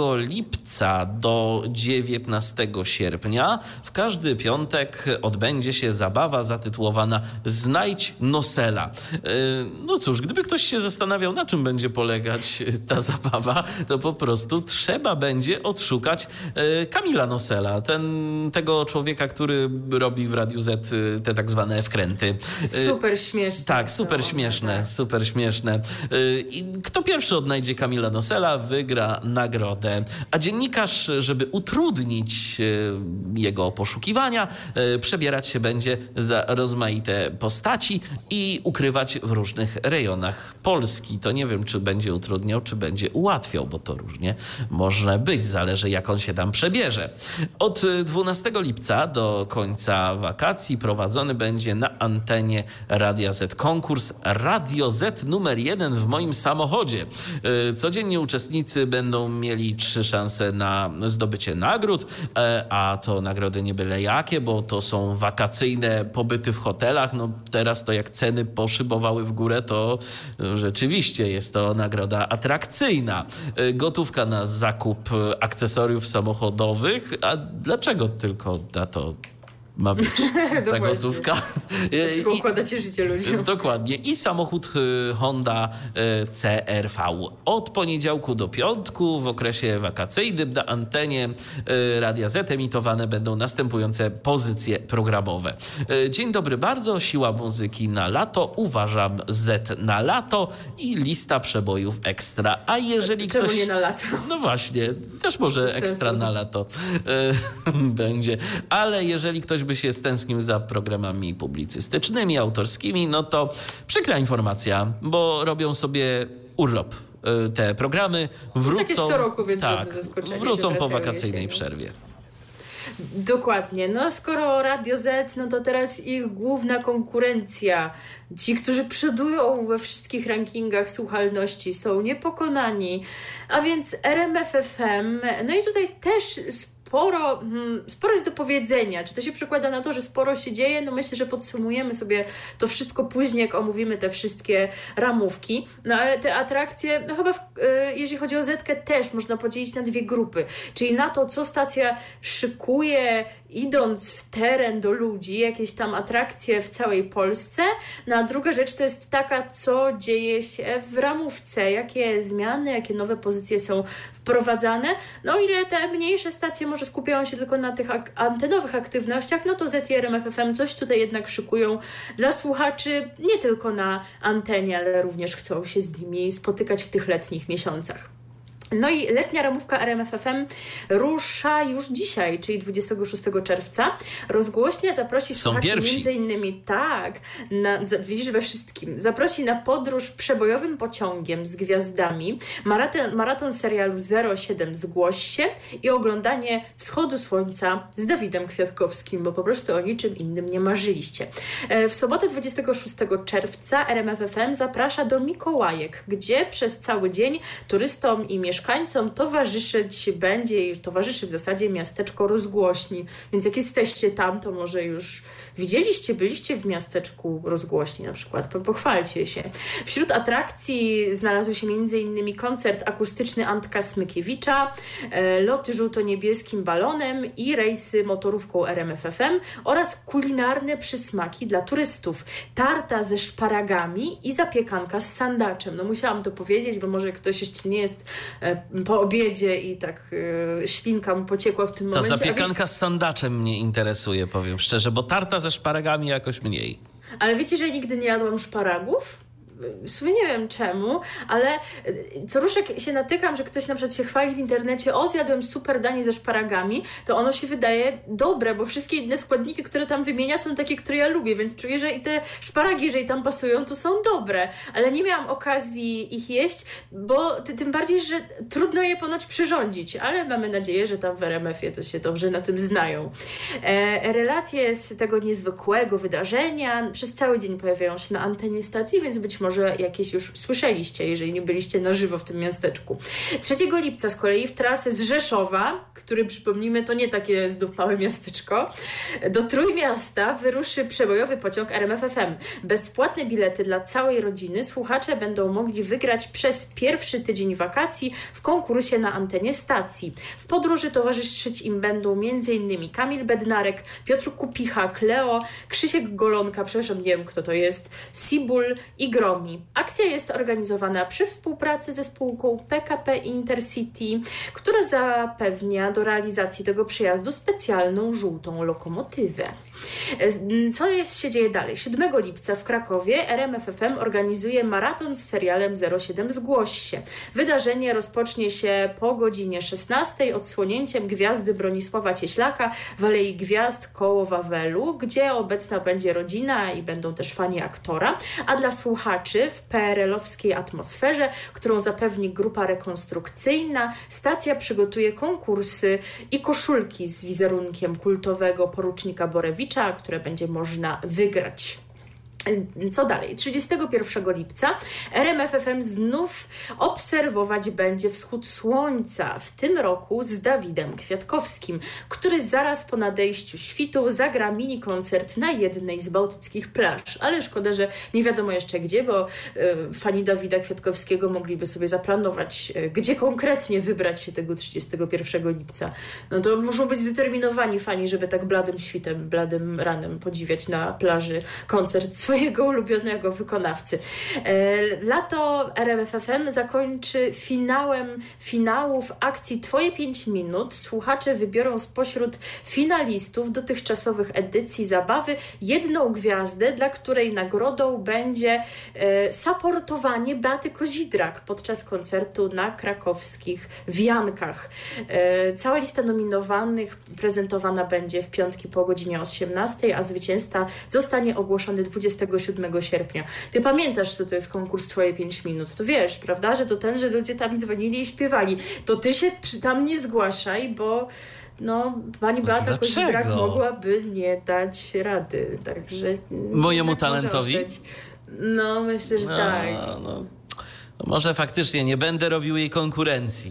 lipca do 19 sierpnia w każdy piątek odbędzie się zabawa zatytułowana Znajdź Nosela. No cóż, gdyby ktoś się zastanawiał, na czym będzie polegać ta zabawa, to po prostu trzeba będzie odszukać Kamila Nosela, tego człowieka, który robi w Radiu Z te tak zwane wkręty. Super śmieszne. Tak, super śmieszne, tak. super śmieszne. I kto pierwszy odnajdzie Kamila Nosela, wygra nagrodę. A dziennikarz, żeby utrudnić jego poszukiwania, przebierać się będzie za rozmaite postaci i ukrywać w różnych rejonach Polski. To nie wiem, czy będzie utrudniał, czy będzie ułatwiał, bo to różnie może być. Zależy, jak on się tam przebierze. Od 12 lipca do końca wakacji prowadzony będzie na antenie Radia Z konkurs Radio Z numer 1 w moim samochodzie. Codziennie uczestnicy będą mieli 3 szanse na zdobycie nagród, a to nagrody nie byle jakie, bo to są wakacyjne pobyty w hotelach. No teraz to jak ceny poszybowały w górę, to rzeczywiście jest to nagroda atrakcyjna. Gotówka na zakup akcesoriów samochodowych. A dlaczego tylko na to ma być ta gotówka? Dlaczego układacie życie ludziom? Dokładnie. I samochód Honda CR-V. Od poniedziałku do piątku w okresie wakacyjnym na antenie Radia Z emitowane będą następujące pozycje programowe. Dzień dobry bardzo, siła muzyki na lato, uważam Z na lato i lista przebojów ekstra. A jeżeli Czemu ktoś... nie na lato? No właśnie, też może ekstra na lato będzie. Ale jeżeli ktoś by się stęsknił za programami publicystycznymi, autorskimi, no to przykra informacja, bo robią sobie urlop. Te programy wrócą, tak jest co roku, więc żadne zaskoczenie, wrócą po wracają wakacyjnej jesienią. przerwie. Dokładnie. No skoro Radio Z, no to teraz ich główna konkurencja. Ci, którzy przodują we wszystkich rankingach słuchalności, są niepokonani. A więc RMF FM, no i tutaj też sporo jest do powiedzenia. Czy to się przekłada na to, że sporo się dzieje? No myślę, że podsumujemy sobie to wszystko później, jak omówimy te wszystkie ramówki. No ale te atrakcje, no chyba jeżeli chodzi o Zetkę, też można podzielić na 2 grupy. Czyli na to, co stacja szykuje, idąc w teren do ludzi, jakieś tam atrakcje w całej Polsce. No a druga rzecz to jest taka, co dzieje się w ramówce, jakie zmiany, jakie nowe pozycje są wprowadzane. No ile te mniejsze stacje może skupiają się tylko na tych antenowych aktywnościach, no to Z i RMF FM coś tutaj jednak szykują dla słuchaczy nie tylko na antenie, ale również chcą się z nimi spotykać w tych letnich miesiącach. No i letnia ramówka RMF FM rusza już dzisiaj, czyli 26 czerwca. Rozgłośnia zaprosi słuchaczy między innymi, widzisz we wszystkim, zaprosi na podróż przebojowym pociągiem z gwiazdami, maraton serialu 07 Zgłoś się i oglądanie wschodu słońca z Dawidem Kwiatkowskim, bo po prostu o niczym innym nie marzyliście. W sobotę 26 czerwca RMF FM zaprasza do Mikołajek, gdzie przez cały dzień turystom i mieszkańcom towarzyszyć będzie i towarzyszy w zasadzie miasteczko rozgłośni. Więc jak jesteście tam, to może już byliście w miasteczku rozgłośni na przykład. Pochwalcie się. Wśród atrakcji znalazły się m.in. koncert akustyczny Antka Smykiewicza, loty żółto-niebieskim balonem i rejsy motorówką RMF FM oraz kulinarne przysmaki dla turystów. Tarta ze szparagami i zapiekanka z sandaczem. No musiałam to powiedzieć, bo może ktoś jeszcze nie jest po obiedzie i tak ślinka mu pociekła w tym momencie. Ta zapiekanka z sandaczem mnie interesuje, powiem szczerze, bo tarta ze szparagami jakoś mniej. Ale wiecie, że nigdy nie jadłam szparagów? w sumie nie wiem czemu, ale co ruszek się natykam, że ktoś na przykład się chwali w internecie, o zjadłem super danie ze szparagami, to ono się wydaje dobre, bo wszystkie inne składniki, które tam wymienia, są takie, które ja lubię, więc czuję, że i te szparagi, jeżeli tam pasują, to są dobre, ale nie miałam okazji ich jeść, bo tym bardziej, że trudno je ponoć przyrządzić, ale mamy nadzieję, że tam w RMF-ie to się dobrze na tym znają. Relacje z tego niezwykłego wydarzenia przez cały dzień pojawiają się na antenie stacji, więc być może jakieś już słyszeliście, jeżeli nie byliście na żywo w tym miasteczku. 3 lipca z kolei w trasę z Rzeszowa, który przypomnijmy to nie takie znów małe miasteczko, do Trójmiasta wyruszy przebojowy pociąg RMF FM. Bezpłatne bilety dla całej rodziny słuchacze będą mogli wygrać przez pierwszy tydzień wakacji w konkursie na antenie stacji. W podróży towarzyszyć im będą m.in. Kamil Bednarek, Piotr Kupicha, Kleo, Krzysiek Golonka, przepraszam, nie wiem kto to jest, Sibul i Gromi. Akcja jest organizowana przy współpracy ze spółką PKP Intercity, która zapewnia do realizacji tego przejazdu specjalną żółtą lokomotywę. Co się dzieje dalej? 7 lipca w Krakowie RMF FM organizuje maraton z serialem 07 Zgłoś się. Wydarzenie rozpocznie się po godzinie 16 odsłonięciem gwiazdy Bronisława Cieślaka w Alei Gwiazd koło Wawelu, gdzie obecna będzie rodzina i będą też fani aktora, a dla słuchaczy w PRL-owskiej atmosferze, którą zapewni grupa rekonstrukcyjna, stacja przygotuje konkursy i koszulki z wizerunkiem kultowego porucznika Borewicza, które będzie można wygrać. Co dalej? 31 lipca RMF FM znów obserwować będzie wschód słońca, w tym roku z Dawidem Kwiatkowskim, który zaraz po nadejściu świtu zagra mini koncert na jednej z bałtyckich plaż. Ale szkoda, że nie wiadomo jeszcze gdzie, bo fani Dawida Kwiatkowskiego mogliby sobie zaplanować, gdzie konkretnie wybrać się tego 31 lipca. No to muszą być zdeterminowani fani, żeby tak bladym świtem, bladym ranem podziwiać na plaży koncert swojego ulubionego wykonawcy. Lato RMF FM zakończy finałem finałów akcji Twoje 5 minut. Słuchacze wybiorą spośród finalistów dotychczasowych edycji zabawy jedną gwiazdę, dla której nagrodą będzie saportowanie Beaty Kozidrak podczas koncertu na krakowskich Wiankach. Cała lista nominowanych prezentowana będzie w piątki po godzinie 18, a zwycięzca zostanie ogłoszony 27 sierpnia. Ty pamiętasz, co to jest konkurs Twoje 5 minut? To wiesz, prawda, że to ten, że ludzie tam dzwonili i śpiewali. To ty się tam nie zgłaszaj, bo pani Beata Kozidrak mogłaby nie dać rady. Także mojemu tak talentowi? Myślę, że tak. Może faktycznie nie będę robił jej konkurencji.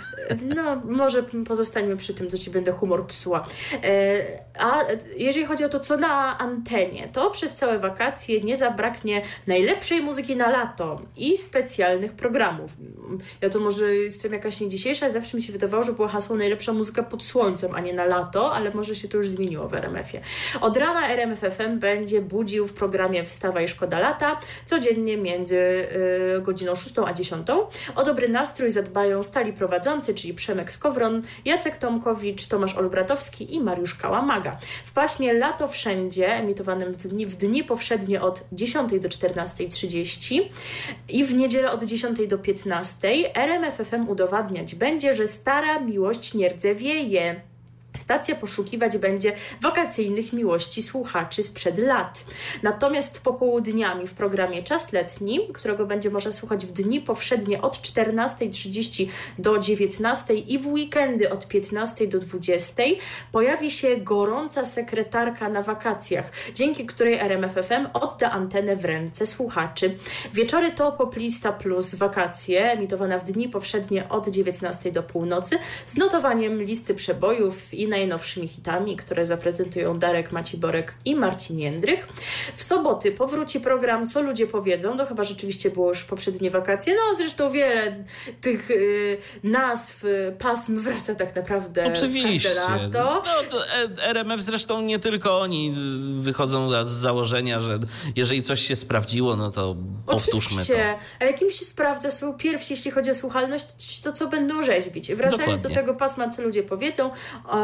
Może pozostańmy przy tym, co ci będę humor psuła. A jeżeli chodzi o to, co na antenie, to przez całe wakacje nie zabraknie najlepszej muzyki na lato i specjalnych programów. Ja to może jestem jakaś nie dzisiejsza, zawsze mi się wydawało, że było hasło najlepsza muzyka pod słońcem, a nie na lato, ale może się to już zmieniło w RMF-ie. Od rana RMF FM będzie budził w programie Wstawaj, szkoda lata, codziennie między godziną 6 a 10. O dobry nastrój zadbają stali prowadzący, czyli Przemek Skowron, Jacek Tomkowicz, Tomasz Olbratowski i Mariusz Kałamaga. W paśmie Lato Wszędzie, emitowanym w dni powszednie od 10 do 14:30 i w niedzielę od 10 do 15 RMF FM udowadniać będzie, że stara miłość nie rdzewieje. Stacja poszukiwać będzie wakacyjnych miłości słuchaczy sprzed lat. Natomiast popołudniami w programie Czas Letni, którego będzie można słuchać w dni powszednie od 14:30 do 19 i w weekendy od 15 do 20, pojawi się gorąca sekretarka na wakacjach, dzięki której RMF FM odda antenę w ręce słuchaczy. Wieczory to Poplista plus wakacje, emitowana w dni powszednie od 19 do północy, z notowaniem listy przebojów i najnowszymi hitami, które zaprezentują Darek Maciborek i Marcin Jędrych. W soboty powróci program Co ludzie powiedzą, chyba rzeczywiście było już poprzednie wakacje, zresztą wiele tych nazw, pasm wraca tak naprawdę oczywiście. Każde lato. RMF zresztą nie tylko oni wychodzą z założenia, że jeżeli coś się sprawdziło, to powtórzmy to. A jakimś się sprawdza, są pierwsi, jeśli chodzi o słuchalność, to co będą rzeźbić. Wracając do tego pasma, Co ludzie powiedzą,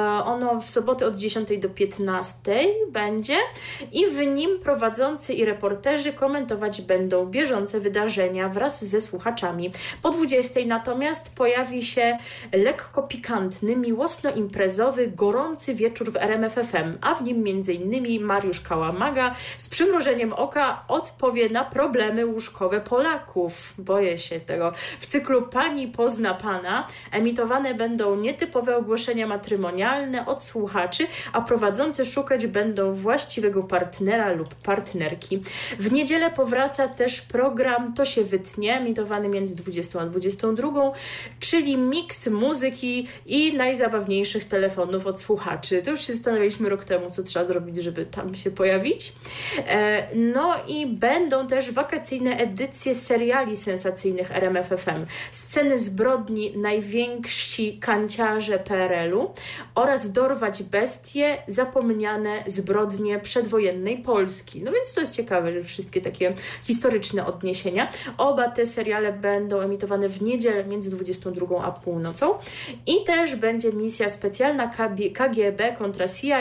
Ono w sobotę od 10 do 15 będzie i w nim prowadzący i reporterzy komentować będą bieżące wydarzenia wraz ze słuchaczami. Po 20 natomiast pojawi się lekko pikantny, miłosno-imprezowy, gorący wieczór w RMF FM, a w nim m.in. Mariusz Kałamaga z przymrużeniem oka odpowie na problemy łóżkowe Polaków. Boję się tego. W cyklu Pani pozna Pana emitowane będą nietypowe ogłoszenia matrymonialne od słuchaczy, a prowadzący szukać będą właściwego partnera lub partnerki. W niedzielę powraca też program To się wytnie, emitowany między 20 a 22, czyli miks muzyki i najzabawniejszych telefonów od słuchaczy. To już się zastanawialiśmy rok temu, co trzeba zrobić, żeby tam się pojawić. No i będą też wakacyjne edycje seriali sensacyjnych RMF FM. Sceny zbrodni najwięksi kanciarze PRL-u oraz Dorwać bestie, zapomniane zbrodnie przedwojennej Polski. No więc to jest ciekawe, że wszystkie takie historyczne odniesienia. Oba te seriale będą emitowane w niedzielę między 22 a północą i też będzie misja specjalna KGB kontra CIA,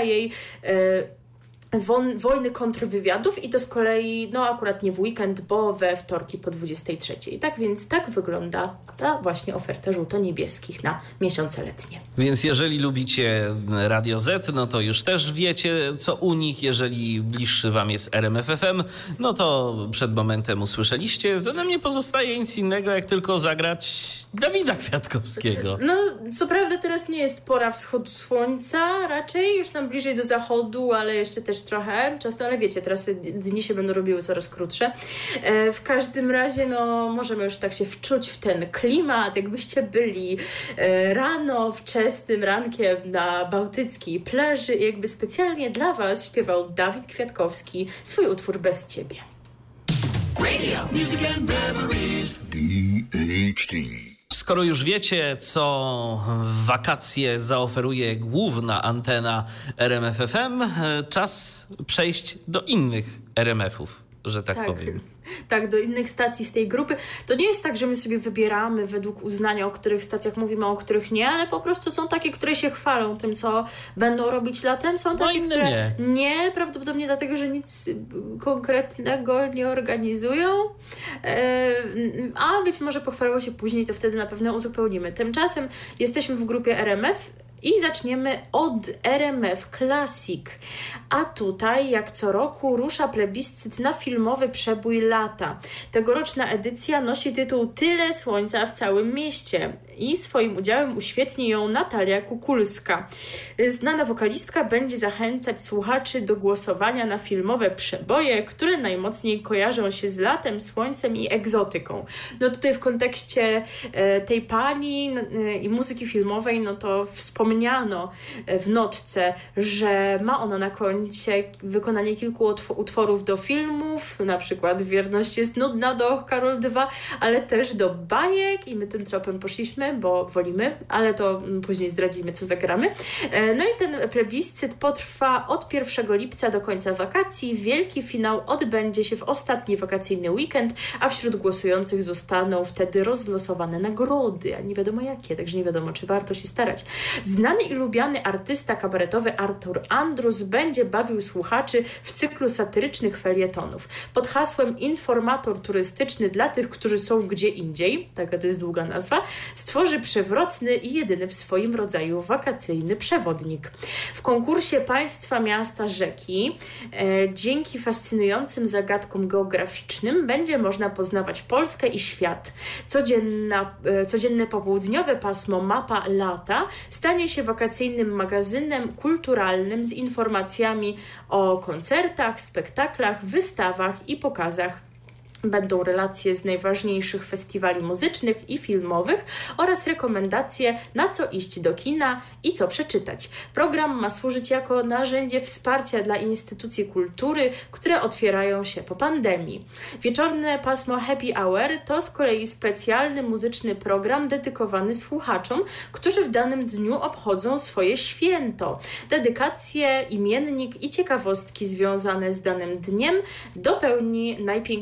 wojny kontrwywiadów i to z kolei, no akurat nie w weekend, bo we wtorki po 23. Tak więc tak wygląda ta właśnie oferta żółto-niebieskich na miesiące letnie. Więc jeżeli lubicie Radio Z, no to już też wiecie, co u nich. Jeżeli bliższy wam jest RMF FM, no to przed momentem usłyszeliście. To nam nie pozostaje nic innego, jak tylko zagrać Dawida Kwiatkowskiego. No, co prawda teraz nie jest pora wschodu słońca, raczej już nam bliżej do zachodu, ale jeszcze też trochę czasu, ale wiecie, teraz dni się będą robiły coraz krótsze. W każdym razie, no, możemy już tak się wczuć w ten klimat, jakbyście byli rano, wczesnym rankiem na bałtyckiej plaży i jakby specjalnie dla was śpiewał Dawid Kwiatkowski swój utwór Bez Ciebie. Radio Music and Memories DHT. Skoro już wiecie, co w wakacje zaoferuje główna antena RMF FM, czas przejść do innych RMF-ów, że tak powiem. Tak, do innych stacji z tej grupy. To nie jest tak, że my sobie wybieramy według uznania, o których stacjach mówimy, a o których nie, ale po prostu są takie, które się chwalą tym, co będą robić latem. Są takie, które nie, prawdopodobnie dlatego, że nic konkretnego nie organizują, a być może pochwalą się później, to wtedy na pewno uzupełnimy. Tymczasem jesteśmy w grupie RMF i zaczniemy od RMF Classic. A tutaj, jak co roku, rusza plebiscyt na filmowy przebój lata. Tegoroczna edycja nosi tytuł Tyle słońca w całym mieście i swoim udziałem uświetni ją Natalia Kukulska. Znana wokalistka będzie zachęcać słuchaczy do głosowania na filmowe przeboje, które najmocniej kojarzą się z latem, słońcem i egzotyką. No tutaj w kontekście tej pani i muzyki filmowej, no to wspomniano w notce, że ma ona na koncie wykonanie kilku utworów do filmów, na przykład Wierność jest nudna do Karol II, ale też do bajek i my tym tropem poszliśmy, bo wolimy, ale to później zdradzimy, co zagramy. No i ten plebiscyt potrwa od 1 lipca do końca wakacji. Wielki finał odbędzie się w ostatni wakacyjny weekend, a wśród głosujących zostaną wtedy rozlosowane nagrody, a nie wiadomo jakie, także nie wiadomo, czy warto się starać. Znany i lubiany artysta kabaretowy Artur Andrus będzie bawił słuchaczy w cyklu satyrycznych felietonów. Pod hasłem Informator turystyczny dla tych, którzy są gdzie indziej, taka to jest długa nazwa, stworzy przewrotny i jedyny w swoim rodzaju wakacyjny przewodnik. W konkursie Państwa, Miasta, Rzeki dzięki fascynującym zagadkom geograficznym będzie można poznawać Polskę i świat. Codzienne popołudniowe pasmo Mapa Lata stanie się wakacyjnym magazynem kulturalnym z informacjami o koncertach, spektaklach, wystawach i pokazach. Będą relacje z najważniejszych festiwali muzycznych i filmowych oraz rekomendacje, na co iść do kina i co przeczytać. Program ma służyć jako narzędzie wsparcia dla instytucji kultury, które otwierają się po pandemii. Wieczorne pasmo Happy Hour to z kolei specjalny muzyczny program dedykowany słuchaczom, którzy w danym dniu obchodzą swoje święto. Dedykacje, imiennik i ciekawostki związane z danym dniem dopełni najpiękniejsza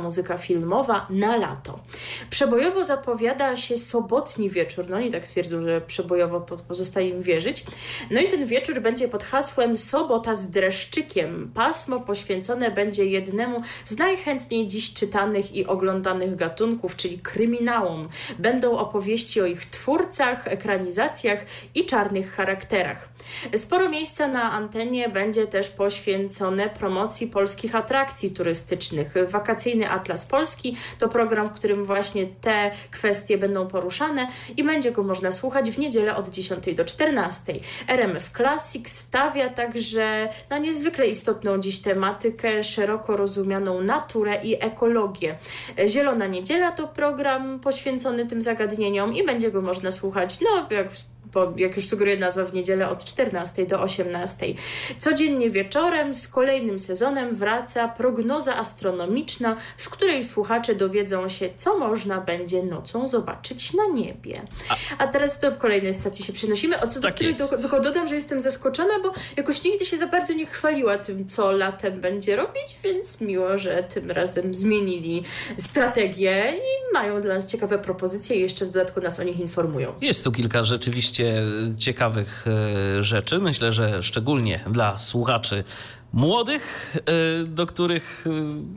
muzyka filmowa na lato. Przebojowo zapowiada się sobotni wieczór. No oni tak twierdzą, że przebojowo pozostaje im wierzyć. No i ten wieczór będzie pod hasłem Sobota z dreszczykiem. Pasmo poświęcone będzie jednemu z najchętniej dziś czytanych i oglądanych gatunków, czyli kryminałom. Będą opowieści o ich twórcach, ekranizacjach i czarnych charakterach. Sporo miejsca na antenie będzie też poświęcone promocji polskich atrakcji turystycznych. Wakacyjny Atlas Polski to program, w którym właśnie te kwestie będą poruszane i będzie go można słuchać w niedzielę od 10 do 14. RMF Classic stawia także na niezwykle istotną dziś tematykę, szeroko rozumianą naturę i ekologię. Zielona Niedziela to program poświęcony tym zagadnieniom i będzie go można słuchać, jak już sugeruje nazwa, w niedzielę od 14 do 18. Codziennie wieczorem z kolejnym sezonem wraca prognoza astronomiczna, z której słuchacze dowiedzą się, co można będzie nocą zobaczyć na niebie. A teraz do kolejnej stacji się przenosimy, do której tylko dodam, że jestem zaskoczona, bo jakoś nigdy się za bardzo nie chwaliła tym, co latem będzie robić, więc miło, że tym razem zmienili strategię i mają dla nas ciekawe propozycje i jeszcze w dodatku nas o nich informują. Jest tu kilka rzeczywiście ciekawych rzeczy. Myślę, że szczególnie dla słuchaczy młodych, do których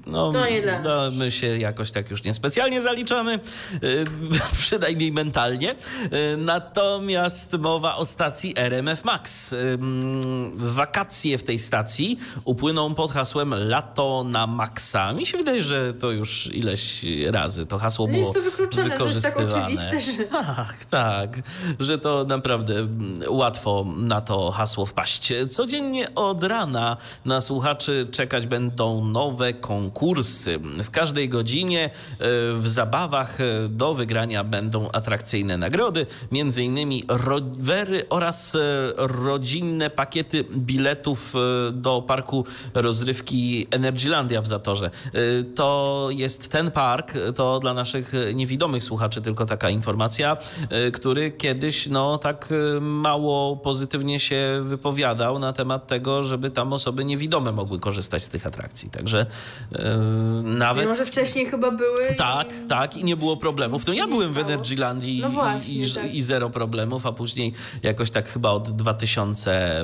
my się jakoś tak już niespecjalnie zaliczamy, przynajmniej mentalnie. Natomiast mowa o stacji RMF Max. Wakacje w tej stacji upłyną pod hasłem Lato na Maxa. Mi się wydaje, że to już ileś razy to hasło było wykorzystywane. To jest tak oczywiste, że... Tak, że to naprawdę łatwo na to hasło wpaść. Codziennie od rana na słuchaczy czekać będą nowe konkursy. W każdej godzinie w zabawach do wygrania będą atrakcyjne nagrody, m.in. rowery oraz rodzinne pakiety biletów do parku rozrywki Energylandia w Zatorze. To jest ten park, to dla naszych niewidomych słuchaczy tylko taka informacja, który kiedyś tak mało pozytywnie się wypowiadał na temat tego, żeby tam osoby niewidome mogły korzystać z tych atrakcji. Także nawet... Może wcześniej chyba były... Tak, i nie było problemów. To ja byłem w Energylandii i zero problemów, a później jakoś tak chyba od 2000,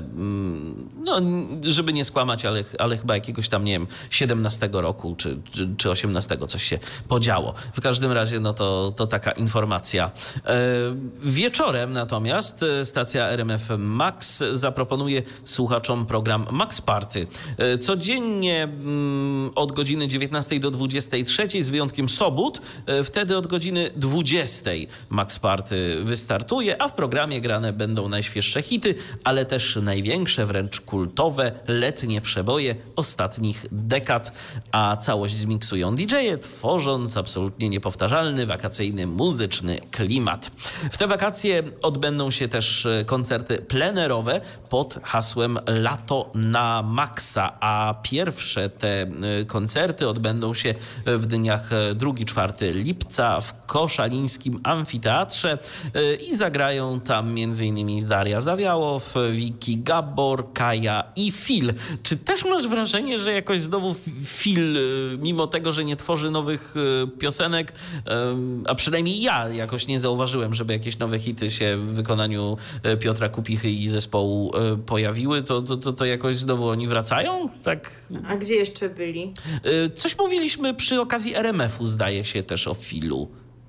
żeby nie skłamać, ale chyba jakiegoś tam, 17 roku czy 18 coś się podziało. W każdym razie, to taka informacja. Wieczorem natomiast stacja RMF Max zaproponuje słuchaczom program Max Party. Codziennie od godziny 19 do 23, z wyjątkiem sobót, wtedy od godziny 20 Max Party wystartuje, a w programie grane będą najświeższe hity, ale też największe, wręcz kultowe letnie przeboje ostatnich dekad, a całość zmiksują DJ-e, tworząc absolutnie niepowtarzalny, wakacyjny, muzyczny klimat. W te wakacje odbędą się też koncerty plenerowe pod hasłem Lato na Maxa, a pierwsze te koncerty odbędą się w dniach 2-4 lipca w Koszalińskim Amfiteatrze i zagrają tam m.in. Daria Zawiałow, Wiki Gabor, Kaja i Phil. Czy też masz wrażenie, że jakoś znowu Phil, mimo tego, że nie tworzy nowych piosenek, a przynajmniej ja jakoś nie zauważyłem, żeby jakieś nowe hity się w wykonaniu Piotra Kupichy i zespołu pojawiły, to jakoś znowu oni wracają? Tak. A gdzie jeszcze byli? Coś mówiliśmy przy okazji RMF-u, zdaje się, też o Philu.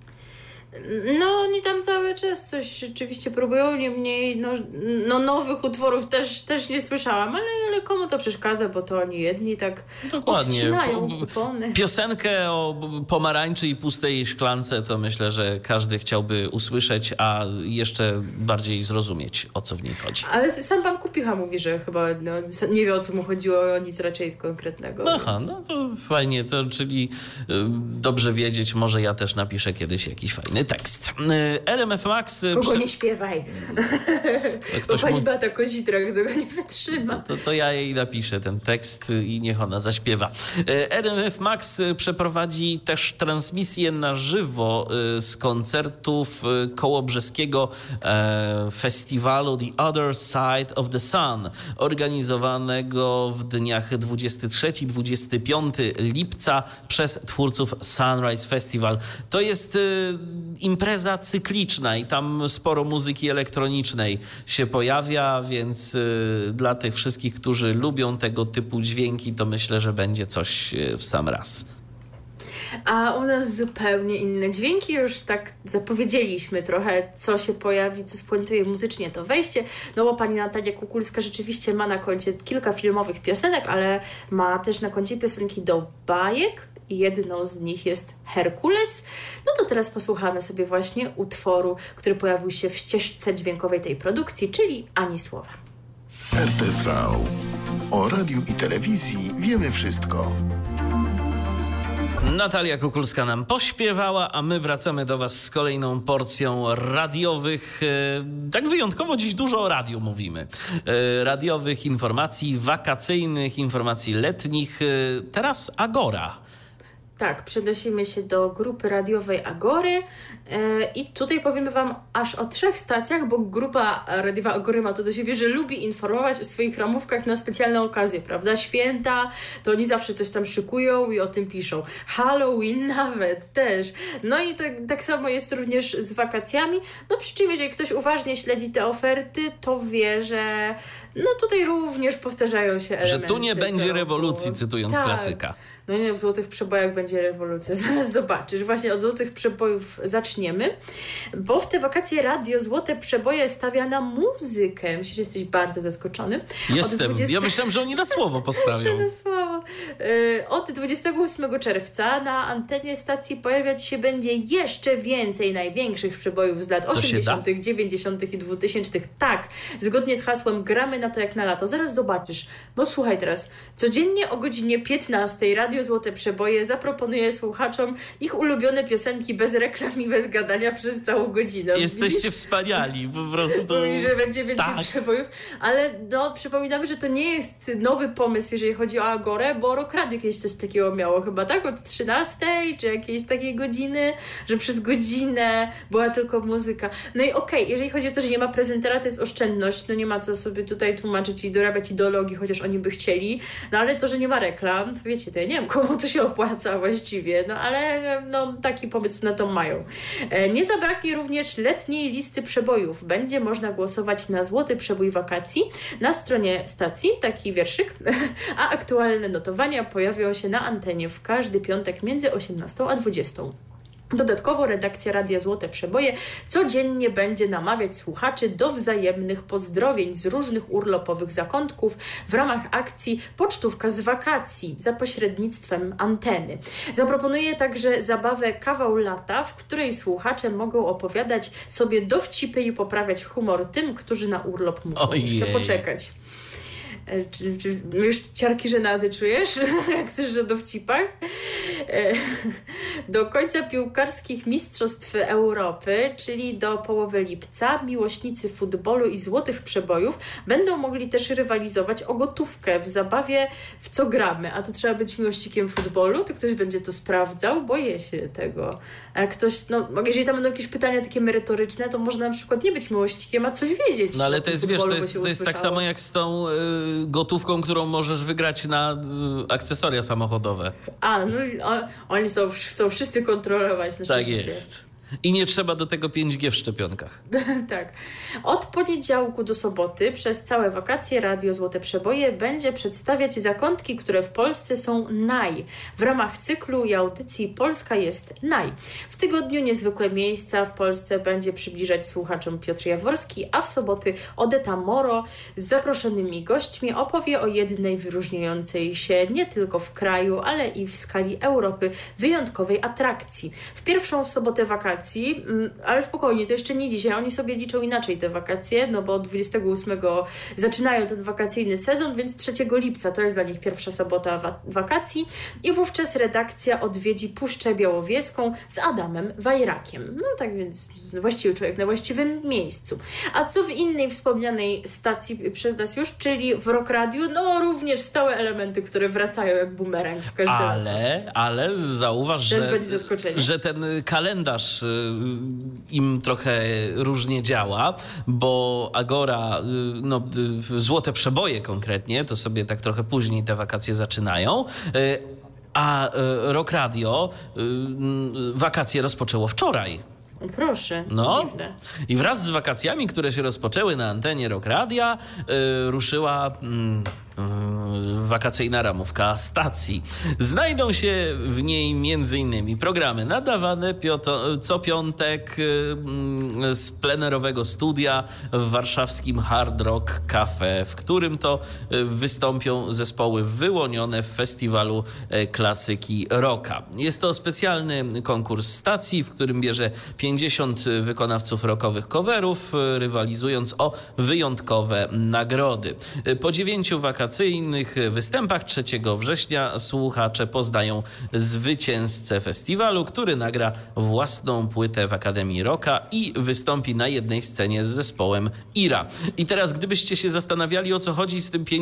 Oni tam cały czas coś rzeczywiście próbują, niemniej nowych utworów też nie słyszałam, ale komu to przeszkadza, bo to oni jedni tak odcinają kupony. Piosenkę o pomarańczy i pustej szklance to myślę, że każdy chciałby usłyszeć, a jeszcze bardziej zrozumieć, o co w niej chodzi. Ale sam pan Kupicha mówi, że chyba nie wie, o co mu chodziło, o nic raczej konkretnego. Aha, to fajnie, czyli dobrze wiedzieć, może ja też napiszę kiedyś jakiś fajny tekst. RMF Max... Kogo nie śpiewaj. Bo pani Beata Kozidrak tego nie wytrzyma. To ja jej napiszę ten tekst i niech ona zaśpiewa. RMF Max przeprowadzi też transmisję na żywo z koncertów kołobrzeskiego festiwalu The Other Side of the Sun, organizowanego w dniach 23-25 lipca przez twórców Sunrise Festival. To jest impreza cykliczna i tam sporo muzyki elektronicznej się pojawia, więc dla tych wszystkich, którzy lubią tego typu dźwięki, to myślę, że będzie coś w sam raz. A u nas zupełnie inne dźwięki. Już tak zapowiedzieliśmy trochę, co się pojawi, co spuentuje muzycznie to wejście. No bo pani Natalia Kukulska rzeczywiście ma na koncie kilka filmowych piosenek, ale ma też na koncie piosenki do bajek. Jedną z nich jest Herkules. No to teraz posłuchamy sobie właśnie utworu, który pojawił się w ścieżce dźwiękowej tej produkcji, czyli Ani słowa. RTV. O radiu i telewizji wiemy wszystko. Natalia Kukulska nam pośpiewała, a my wracamy do Was z kolejną porcją radiowych, tak wyjątkowo dziś dużo o radiu mówimy, radiowych informacji wakacyjnych, informacji letnich. Teraz Agora. Tak, przenosimy się do grupy radiowej Agory i tutaj powiemy Wam aż o 3 stacjach, bo grupa radiowa Agory ma to do siebie, że lubi informować o swoich ramówkach na specjalne okazje, prawda? Święta, to oni zawsze coś tam szykują i o tym piszą. Halloween nawet też. No i tak samo jest również z wakacjami. No przy czym, jeżeli ktoś uważnie śledzi te oferty, to wie, że no tutaj również powtarzają się elementy. Że tu nie będzie rewolucji, cytując klasyka. No nie, w Złotych Przebojach będzie rewolucja. Zaraz zobaczysz. Właśnie od Złotych Przebojów zaczniemy, bo w te wakacje radio Złote Przeboje stawia na muzykę. Myślę, że jesteś bardzo zaskoczony. Jestem. Ja myślałem, że oni na słowo postawią. Na słowo. Od 28 czerwca na antenie stacji pojawiać się będzie jeszcze więcej największych przebojów z lat 80., 90. i 2000. Tak, zgodnie z hasłem gramy na to jak na lato. Zaraz zobaczysz. Bo słuchaj teraz. Codziennie o godzinie 15 Radio Złote Przeboje zaproponuje słuchaczom ich ulubione piosenki bez reklam i bez gadania przez całą godzinę. Jesteście wspaniali, po prostu. Mówi, że będzie więcej przebojów, ale no, przypominam, że to nie jest nowy pomysł, jeżeli chodzi o Agorę, bo Rock Radio kiedyś coś takiego miało chyba, tak? Od 13 czy jakiejś takiej godziny, że przez godzinę była tylko muzyka. No i okej, jeżeli chodzi o to, że nie ma prezentera, to jest oszczędność, no nie ma co sobie tutaj tłumaczyć i dorabiać ideologii, chociaż oni by chcieli, no ale to, że nie ma reklam, to wiecie, to ja nie wiem, komu to się opłaca właściwie, no ale no, taki pomysł na to mają. Nie zabraknie również letniej listy przebojów. Będzie można głosować na Złoty Przebój Wakacji na stronie stacji, taki wierszyk, a aktualne notowania pojawią się na antenie w każdy piątek między 18 a 20. Dodatkowo redakcja Radia Złote Przeboje codziennie będzie namawiać słuchaczy do wzajemnych pozdrowień z różnych urlopowych zakątków w ramach akcji Pocztówka z wakacji za pośrednictwem anteny. Zaproponuje także zabawę Kawał Lata, w której słuchacze mogą opowiadać sobie dowcipy i poprawiać humor tym, którzy na urlop muszą jeszcze poczekać. Czy już ciarki żenady czujesz, jak chcesz o dowcipach? Do końca piłkarskich mistrzostw Europy, czyli do połowy lipca, miłośnicy futbolu i Złotych Przebojów będą mogli też rywalizować o gotówkę w zabawie W co gramy. A to trzeba być miłośnikiem futbolu, to ktoś będzie to sprawdzał, boję się tego. A jak ktoś, no jeżeli tam będą jakieś pytania takie merytoryczne, to można na przykład nie być miłośnikiem, a coś wiedzieć. No ale to jest, wiesz, to jest tak samo jak z tą gotówką, którą możesz wygrać na akcesoria samochodowe. A, no oni chcą wszyscy kontrolować nasze życie. Tak jest. I nie trzeba do tego 5G w szczepionkach. Tak. Od poniedziałku do soboty przez całe wakacje Radio Złote Przeboje będzie przedstawiać zakątki, które w Polsce są naj. W ramach cyklu i audycji Polska jest naj. W tygodniu niezwykłe miejsca w Polsce będzie przybliżać słuchaczom Piotr Jaworski, a w soboty Odeta Moro z zaproszonymi gośćmi opowie o jednej wyróżniającej się nie tylko w kraju, ale i w skali Europy wyjątkowej atrakcji. W pierwszą w sobotę wakacji wakacji, ale spokojnie, to jeszcze nie dzisiaj. Oni sobie liczą inaczej te wakacje, no bo od 28 zaczynają ten wakacyjny sezon, więc 3 lipca to jest dla nich pierwsza sobota wakacji i wówczas redakcja odwiedzi Puszczę Białowieską z Adamem Wajrakiem. No tak więc właściwy człowiek na właściwym miejscu. A co w innej wspomnianej stacji przez nas już, czyli w Rock Radiu, no również stałe elementy, które wracają jak bumerang w każdym Ale zauważ, że ten kalendarz im trochę różnie działa, bo Agora, no Złote Przeboje konkretnie, to sobie tak trochę później te wakacje zaczynają, a Rock Radio wakacje rozpoczęło wczoraj. Proszę, no. Dziwne. I wraz z wakacjami, które się rozpoczęły na antenie Rock Radia, ruszyła wakacyjna ramówka stacji. Znajdą się w niej m.in. programy nadawane co piątek z plenerowego studia w warszawskim Hard Rock Cafe, w którym to wystąpią zespoły wyłonione w festiwalu klasyki rocka. Jest to specjalny konkurs stacji, w którym bierze 50 wykonawców rockowych coverów, rywalizując o wyjątkowe nagrody. Po 9 wakacyjnych występach 3 września słuchacze poznają zwycięzcę festiwalu, który nagra własną płytę w Akademii Rocka i wystąpi na jednej scenie z zespołem Ira. I teraz gdybyście się zastanawiali, o co chodzi z tym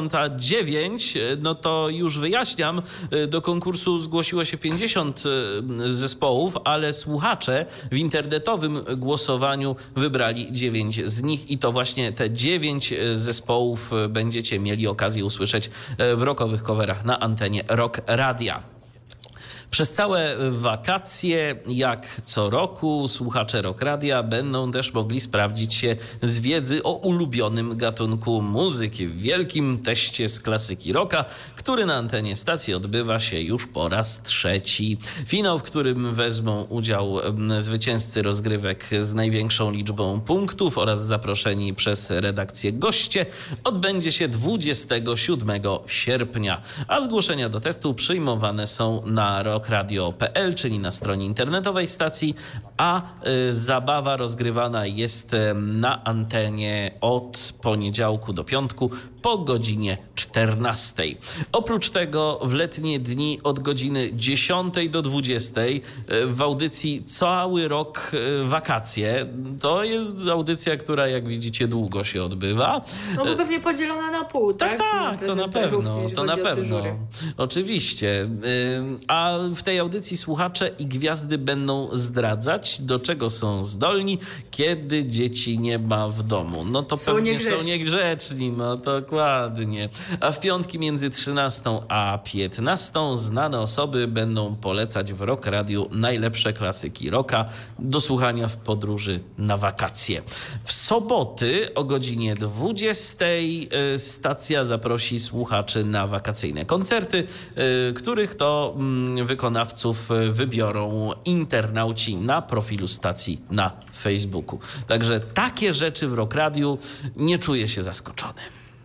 59, no to już wyjaśniam. Do konkursu zgłosiło się 50 zespołów, ale słuchacze w internetowym głosowaniu wybrali 9 z nich i to właśnie te 9 zespołów będziecie mieli okazję usłyszeć w rockowych coverach na antenie Rock Radia. Przez całe wakacje, jak co roku, słuchacze Rock Radia będą też mogli sprawdzić się z wiedzy o ulubionym gatunku muzyki w wielkim teście z klasyki rocka, który na antenie stacji odbywa się już po raz 3. Finał, w którym wezmą udział zwycięzcy rozgrywek z największą liczbą punktów oraz zaproszeni przez redakcję goście, odbędzie się 27 sierpnia, a zgłoszenia do testu przyjmowane są na rockradio.pl, czyli na stronie internetowej stacji, a zabawa rozgrywana jest na antenie od poniedziałku do piątku po godzinie 14. Oprócz tego w letnie dni od godziny 10 do 20 w audycji Cały Rok Wakacje. To jest audycja, która jak widzicie długo się odbywa. No bo pewnie podzielona na pół, tak? Tak, to na pewno. To na pewno. Oczywiście. A w tej audycji słuchacze i gwiazdy będą zdradzać, do czego są zdolni, kiedy dzieci nie ma w domu. No to pewnie są niegrzeczni, no dokładnie. A w piątki między 13 a 15 znane osoby będą polecać w Rock Radiu najlepsze klasyki rocka do słuchania w podróży na wakacje. W soboty o godzinie 20 stacja zaprosi słuchaczy na wakacyjne koncerty, których to wykonawców wybiorą internauci na profilu stacji na Facebooku. Także takie rzeczy w Rock Radiu nie czuję się zaskoczony.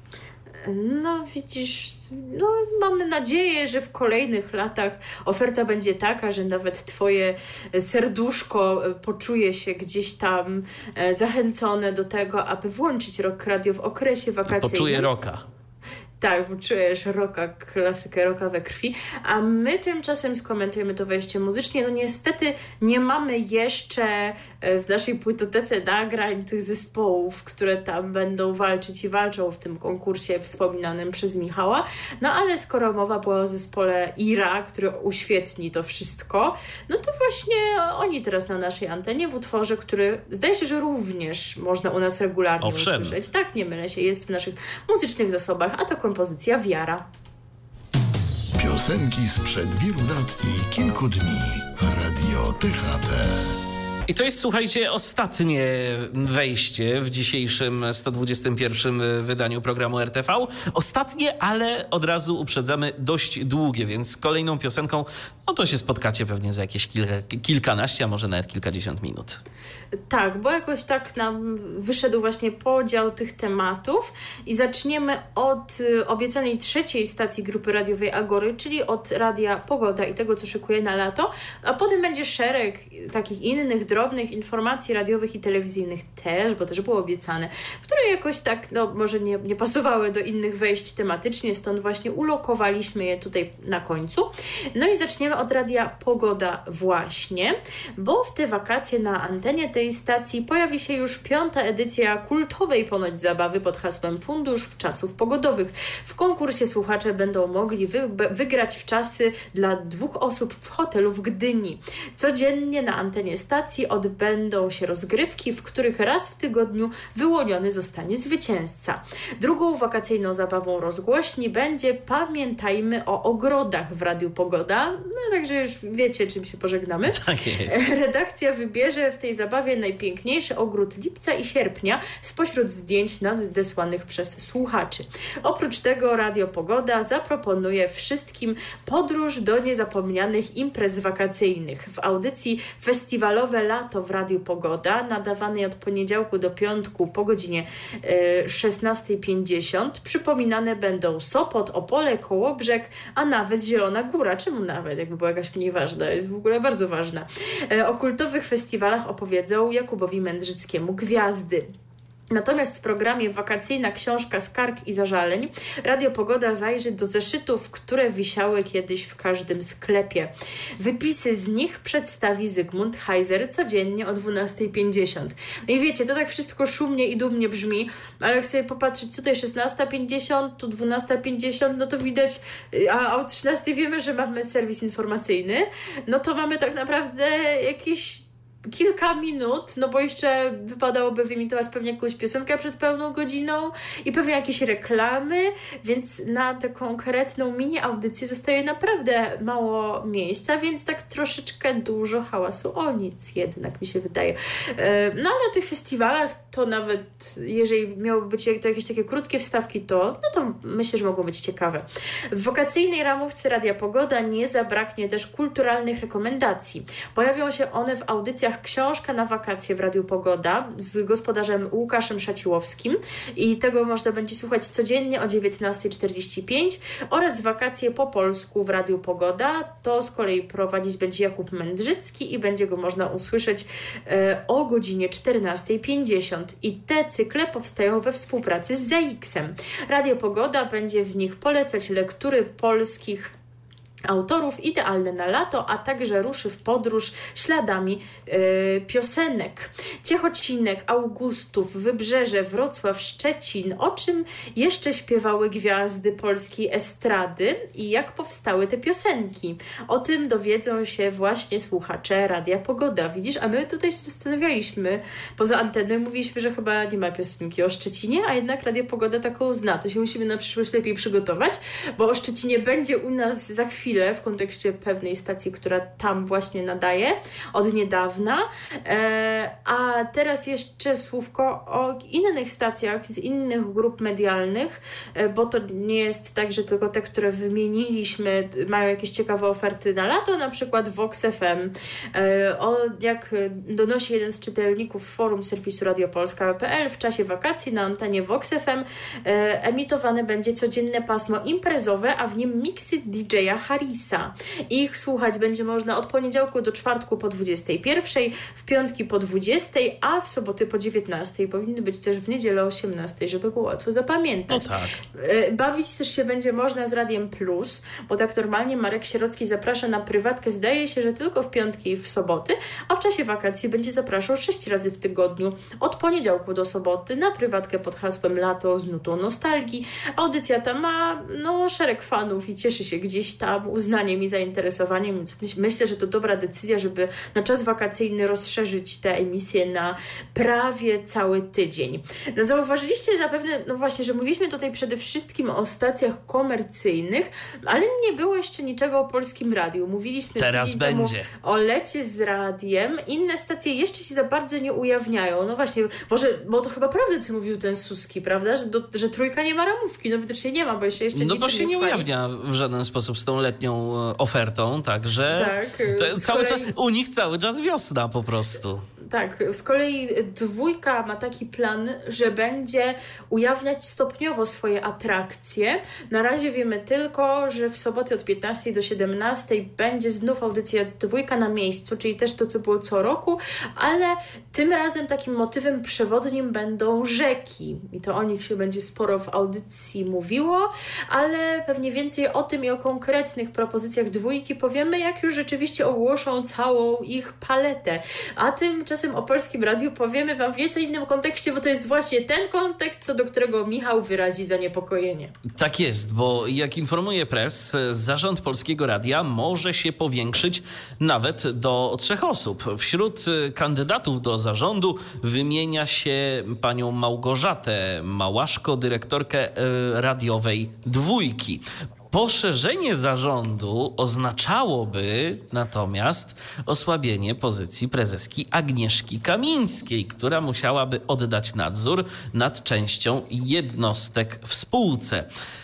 No widzisz, no mamy nadzieję, że w kolejnych latach oferta będzie taka, że nawet twoje serduszko poczuje się gdzieś tam zachęcone do tego, aby włączyć Rock Radio w okresie wakacyjnym. Poczuje rocka. Tak, bo czujesz rocka, klasykę rocka we krwi, a my tymczasem skomentujemy to wejście muzycznie. No niestety nie mamy jeszcze w naszej płytotece nagrań tych zespołów, które tam będą walczyć i walczą w tym konkursie wspominanym przez Michała. No ale skoro mowa była o zespole Ira, który uświetni to wszystko, no to właśnie oni teraz na naszej antenie w utworze, który zdaje się, że również można u nas regularnie usłyszeć. Tak, nie mylę się, jest w naszych muzycznych zasobach, a to kompozycja Wiara. Piosenki sprzed wielu lat i kilku dni. Radio THT. I to jest, słuchajcie, ostatnie wejście w dzisiejszym 121 wydaniu programu RTV. Ostatnie, ale od razu uprzedzamy, dość długie, więc kolejną piosenką, no to się spotkacie pewnie za jakieś kilkanaście, a może nawet kilkadziesiąt minut. Tak, bo jakoś tak nam wyszedł właśnie podział tych tematów i zaczniemy od obiecanej trzeciej stacji grupy radiowej Agory, czyli od Radia Pogoda i tego, co szykuje na lato, a potem będzie szereg takich innych, drobnych informacji radiowych i telewizyjnych też, bo też było obiecane, które jakoś tak, no może nie pasowały do innych wejść tematycznie, stąd właśnie ulokowaliśmy je tutaj na końcu. No i zaczniemy od Radia Pogoda właśnie, bo w te wakacje na antenie tej stacji pojawi się już 5. edycja kultowej ponoć zabawy pod hasłem Fundusz Czasów Pogodowych. W konkursie słuchacze będą mogli wygrać wczasy dla 2 osób w hotelu w Gdyni. Codziennie na antenie stacji odbędą się rozgrywki, w których raz w tygodniu wyłoniony zostanie zwycięzca. Drugą wakacyjną zabawą rozgłośni będzie Pamiętajmy o ogrodach w Radiu Pogoda. No także już wiecie, czym się pożegnamy. Tak jest. Redakcja wybierze w tej zabawie najpiękniejszy ogród lipca i sierpnia spośród zdjęć nadesłanych przez słuchaczy. Oprócz tego Radio Pogoda zaproponuje wszystkim podróż do niezapomnianych imprez wakacyjnych. W audycji Festiwalowe Lato w Radiu Pogoda, nadawanej od poniedziałku do piątku po godzinie 16:50, przypominane będą Sopot, Opole, Kołobrzeg, a nawet Zielona Góra. Czemu nawet? Jakby była jakaś mniej ważna, jest w ogóle bardzo ważna. O kultowych festiwalach opowiedzą Jakubowi Mędrzyckiemu Gwiazdy. Natomiast w programie Wakacyjna książka skarg i zażaleń Radio Pogoda zajrzy do zeszytów, które wisiały kiedyś w każdym sklepie. Wypisy z nich przedstawi Zygmunt Heiser codziennie o 12:50. No i wiecie, to tak wszystko szumnie i dumnie brzmi, ale jak sobie popatrzeć, tutaj 16:50, tu 12:50, no to widać, a o 13:00 wiemy, że mamy serwis informacyjny, no to mamy tak naprawdę jakieś kilka minut, no bo jeszcze wypadałoby wyimitować pewnie jakąś piosenkę przed pełną godziną i pewnie jakieś reklamy, więc na tę konkretną mini audycję zostaje naprawdę mało miejsca, więc tak troszeczkę dużo hałasu o nic jednak, mi się wydaje. No ale o tych festiwalach to nawet, jeżeli miałoby być to jakieś takie krótkie wstawki, to myślę, że mogą być ciekawe. W wakacyjnej ramówce Radia Pogoda nie zabraknie też kulturalnych rekomendacji. Pojawią się one w audycjach Książka na wakacje w Radiu Pogoda z gospodarzem Łukaszem Szaciłowskim i tego można będzie słuchać codziennie o 19:45 oraz Wakacje po polsku w Radiu Pogoda. To z kolei prowadzić będzie Jakub Mędrzycki i będzie go można usłyszeć o godzinie 14:50 i te cykle powstają we współpracy z ZAX-em. Radio Pogoda będzie w nich polecać lektury polskich autorów idealne na lato, a także ruszy w podróż śladami piosenek. Ciechocinek, Augustów, Wybrzeże, Wrocław, Szczecin. O czym jeszcze śpiewały gwiazdy polskiej estrady i jak powstały te piosenki? O tym dowiedzą się właśnie słuchacze Radia Pogoda. Widzisz, a my tutaj się zastanawialiśmy. Poza anteną mówiliśmy, że chyba nie ma piosenki o Szczecinie, a jednak Radio Pogoda taką zna. To się musimy na przyszłość lepiej przygotować, bo o Szczecinie będzie u nas za chwilę w kontekście pewnej stacji, która tam właśnie nadaje od niedawna. A teraz jeszcze słówko o innych stacjach z innych grup medialnych, bo to nie jest tak, że tylko te, które wymieniliśmy, mają jakieś ciekawe oferty na lato, na przykład Vox FM. Jak donosi jeden z czytelników forum serwisu radiopolska.pl, w czasie wakacji na antenie Vox FM emitowane będzie codzienne pasmo imprezowe, a w nim miksy DJ-a Harrisa. Ich słuchać będzie można od poniedziałku do czwartku po 21:00, w piątki po 20:00, a w soboty po 19:00. Powinny być też w niedzielę o 18:00, żeby było łatwo zapamiętać. No tak. Bawić też się będzie można z Radiem Plus, bo tak normalnie Marek Sierocki zaprasza na prywatkę, zdaje się, że tylko w piątki i w soboty, a w czasie wakacji będzie zapraszał 6 razy w tygodniu, od poniedziałku do soboty, na prywatkę pod hasłem Lato z nutą nostalgii. Audycja ta ma szereg fanów i cieszy się gdzieś tam uznaniem i zainteresowaniem, więc myślę, że to dobra decyzja, żeby na czas wakacyjny rozszerzyć te emisje na prawie cały tydzień. No zauważyliście zapewne, no właśnie, że mówiliśmy tutaj przede wszystkim o stacjach komercyjnych, ale nie było jeszcze niczego o Polskim Radiu. Mówiliśmy teraz tydzień będzie temu o Lecie z radiem. Inne stacje jeszcze się za bardzo nie ujawniają. No właśnie, może, bo to chyba prawda, co mówił ten Suski, prawda? Że Trójka nie ma ramówki. No widocznie nie ma, bo jeszcze no bo się nie chwali. ujawnia w żaden sposób z tą letnią ofertą, także Tak, u nich cały czas wiosna po prostu. Tak, z kolei Dwójka ma taki plan, że będzie ujawniać stopniowo swoje atrakcje. Na razie wiemy tylko, że w soboty od 15 do 17 będzie znów audycja Dwójka na miejscu, czyli też to, co było co roku, ale tym razem takim motywem przewodnim będą rzeki. I to o nich się będzie sporo w audycji mówiło, ale pewnie więcej o tym i o konkretnych propozycjach Dwójki powiemy, jak już rzeczywiście ogłoszą całą ich paletę. A tymczasem o Polskim Radiu powiemy Wam w nieco innym kontekście, bo to jest właśnie ten kontekst, co do którego Michał wyrazi zaniepokojenie. Tak jest, bo jak informuje Press, zarząd Polskiego Radia może się powiększyć nawet do 3 osób. Wśród kandydatów do zarządu wymienia się panią Małgorzatę Małaszko, dyrektorkę radiowej Dwójki. Poszerzenie zarządu oznaczałoby natomiast osłabienie pozycji prezeski Agnieszki Kamińskiej, która musiałaby oddać nadzór nad częścią jednostek w spółce.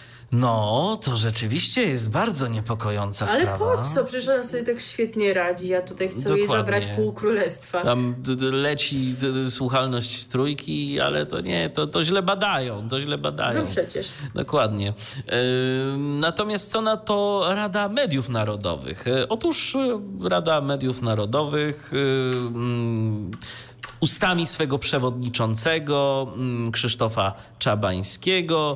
No, to rzeczywiście jest bardzo niepokojąca sprawa. Ale po co? Przecież ona sobie tak świetnie radzi. Ja tutaj chcę jej zabrać pół królestwa. Tam leci słuchalność Trójki, ale to nie, to źle badają, No przecież. Dokładnie. Natomiast co na to Rada Mediów Narodowych? Otóż Rada Mediów Narodowych ustami swego przewodniczącego Krzysztofa Czabańskiego.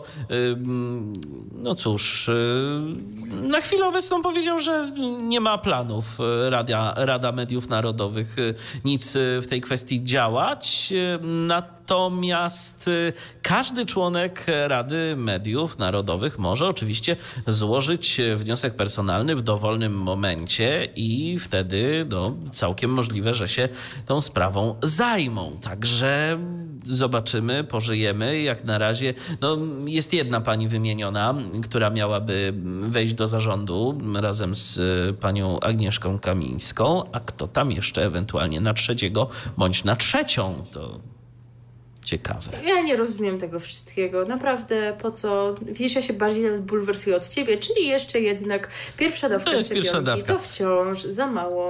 No cóż, na chwilę obecną powiedział, że nie ma planów Rada Mediów Narodowych nic w tej kwestii działać. Natomiast każdy członek Rady Mediów Narodowych może oczywiście złożyć wniosek personalny w dowolnym momencie i wtedy całkiem możliwe, że się tą sprawą zajmą. Także zobaczymy, pożyjemy. Jak na razie jest jedna pani wymieniona, która miałaby wejść do zarządu razem z panią Agnieszką Kamińską, a kto tam jeszcze ewentualnie na 3. bądź na 3. to ciekawe. Ja nie rozumiem tego wszystkiego. Naprawdę, po co? Widzisz, ja się bardziej nawet bulwersuję od ciebie, czyli jeszcze jednak pierwsza dawka szczepionki. To wciąż za mało.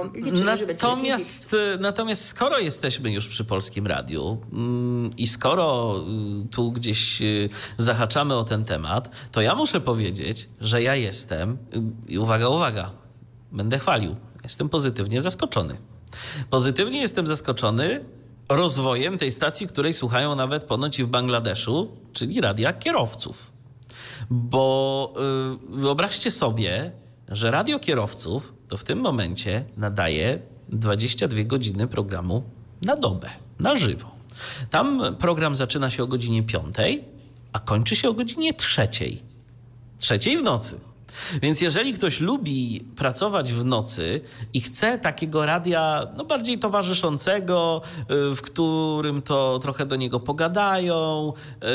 Natomiast skoro jesteśmy już przy Polskim Radiu i skoro tu gdzieś zahaczamy o ten temat, to ja muszę powiedzieć, że ja jestem, i uwaga, będę chwalił, jestem pozytywnie zaskoczony. Pozytywnie jestem zaskoczony rozwojem tej stacji, której słuchają nawet ponoć i w Bangladeszu, czyli Radia Kierowców. Bo wyobraźcie sobie, że Radio Kierowców to w tym momencie nadaje 22 godziny programu na dobę, na żywo. Tam program zaczyna się o godzinie 5, a kończy się o godzinie 3. 3 w nocy. Więc jeżeli ktoś lubi pracować w nocy i chce takiego radia bardziej towarzyszącego, w którym to trochę do niego pogadają,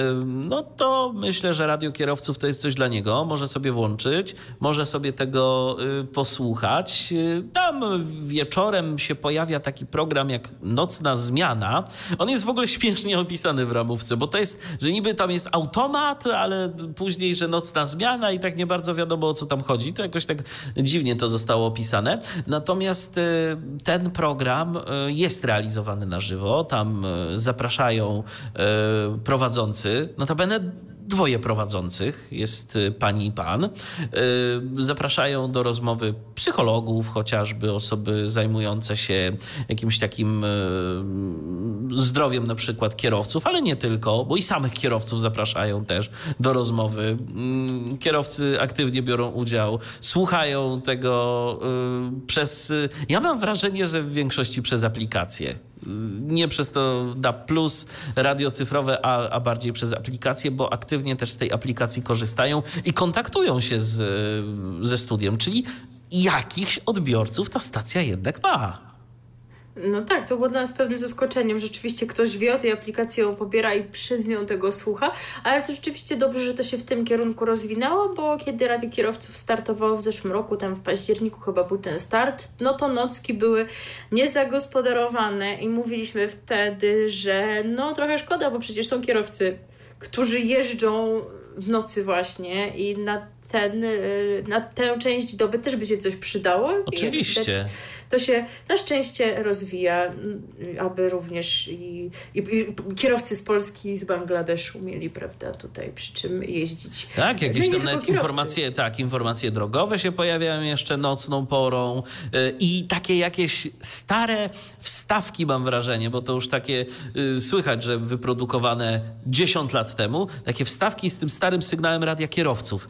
to myślę, że Radio Kierowców to jest coś dla niego. Może sobie włączyć, może sobie tego posłuchać. Tam wieczorem się pojawia taki program jak Nocna Zmiana. On jest w ogóle śmiesznie opisany w ramówce, bo to jest, że niby tam jest automat, ale później, że Nocna Zmiana i tak nie bardzo wiadomo, o co tam chodzi. To jakoś tak dziwnie to zostało opisane. Natomiast ten program jest realizowany na żywo. Tam zapraszają prowadzący, notabene 2 prowadzących, jest pani i pan. Zapraszają do rozmowy psychologów, chociażby osoby zajmujące się jakimś takim zdrowiem, na przykład kierowców, ale nie tylko, bo i samych kierowców zapraszają też do rozmowy. Kierowcy aktywnie biorą udział, słuchają tego ja mam wrażenie, że w większości przez aplikację. nie przez to DAB+, radio cyfrowe, a bardziej przez aplikację, bo aktywnie też z tej aplikacji korzystają i kontaktują się ze studiem, czyli jakichś odbiorców ta stacja jednak ma. No tak, to było dla nas pewnym zaskoczeniem. Rzeczywiście ktoś wie o tej aplikacji, ją pobiera i przez nią tego słucha, ale to rzeczywiście dobrze, że to się w tym kierunku rozwinęło, bo kiedy Radio Kierowców startowało w zeszłym roku, tam w październiku chyba był ten start, no to nocki były niezagospodarowane i mówiliśmy wtedy, że no trochę szkoda, bo przecież są kierowcy, którzy jeżdżą w nocy właśnie i na tę część doby też by się coś przydało. Oczywiście. To się na szczęście rozwija, aby również i kierowcy z Polski i z Bangladeszu mieli, prawda, tutaj przy czym jeździć. Tak, jakieś tam nawet informacje drogowe się pojawiają jeszcze nocną porą i takie jakieś stare wstawki, mam wrażenie, bo to już takie słychać, że wyprodukowane 10 lat temu, takie wstawki z tym starym sygnałem Radia Kierowców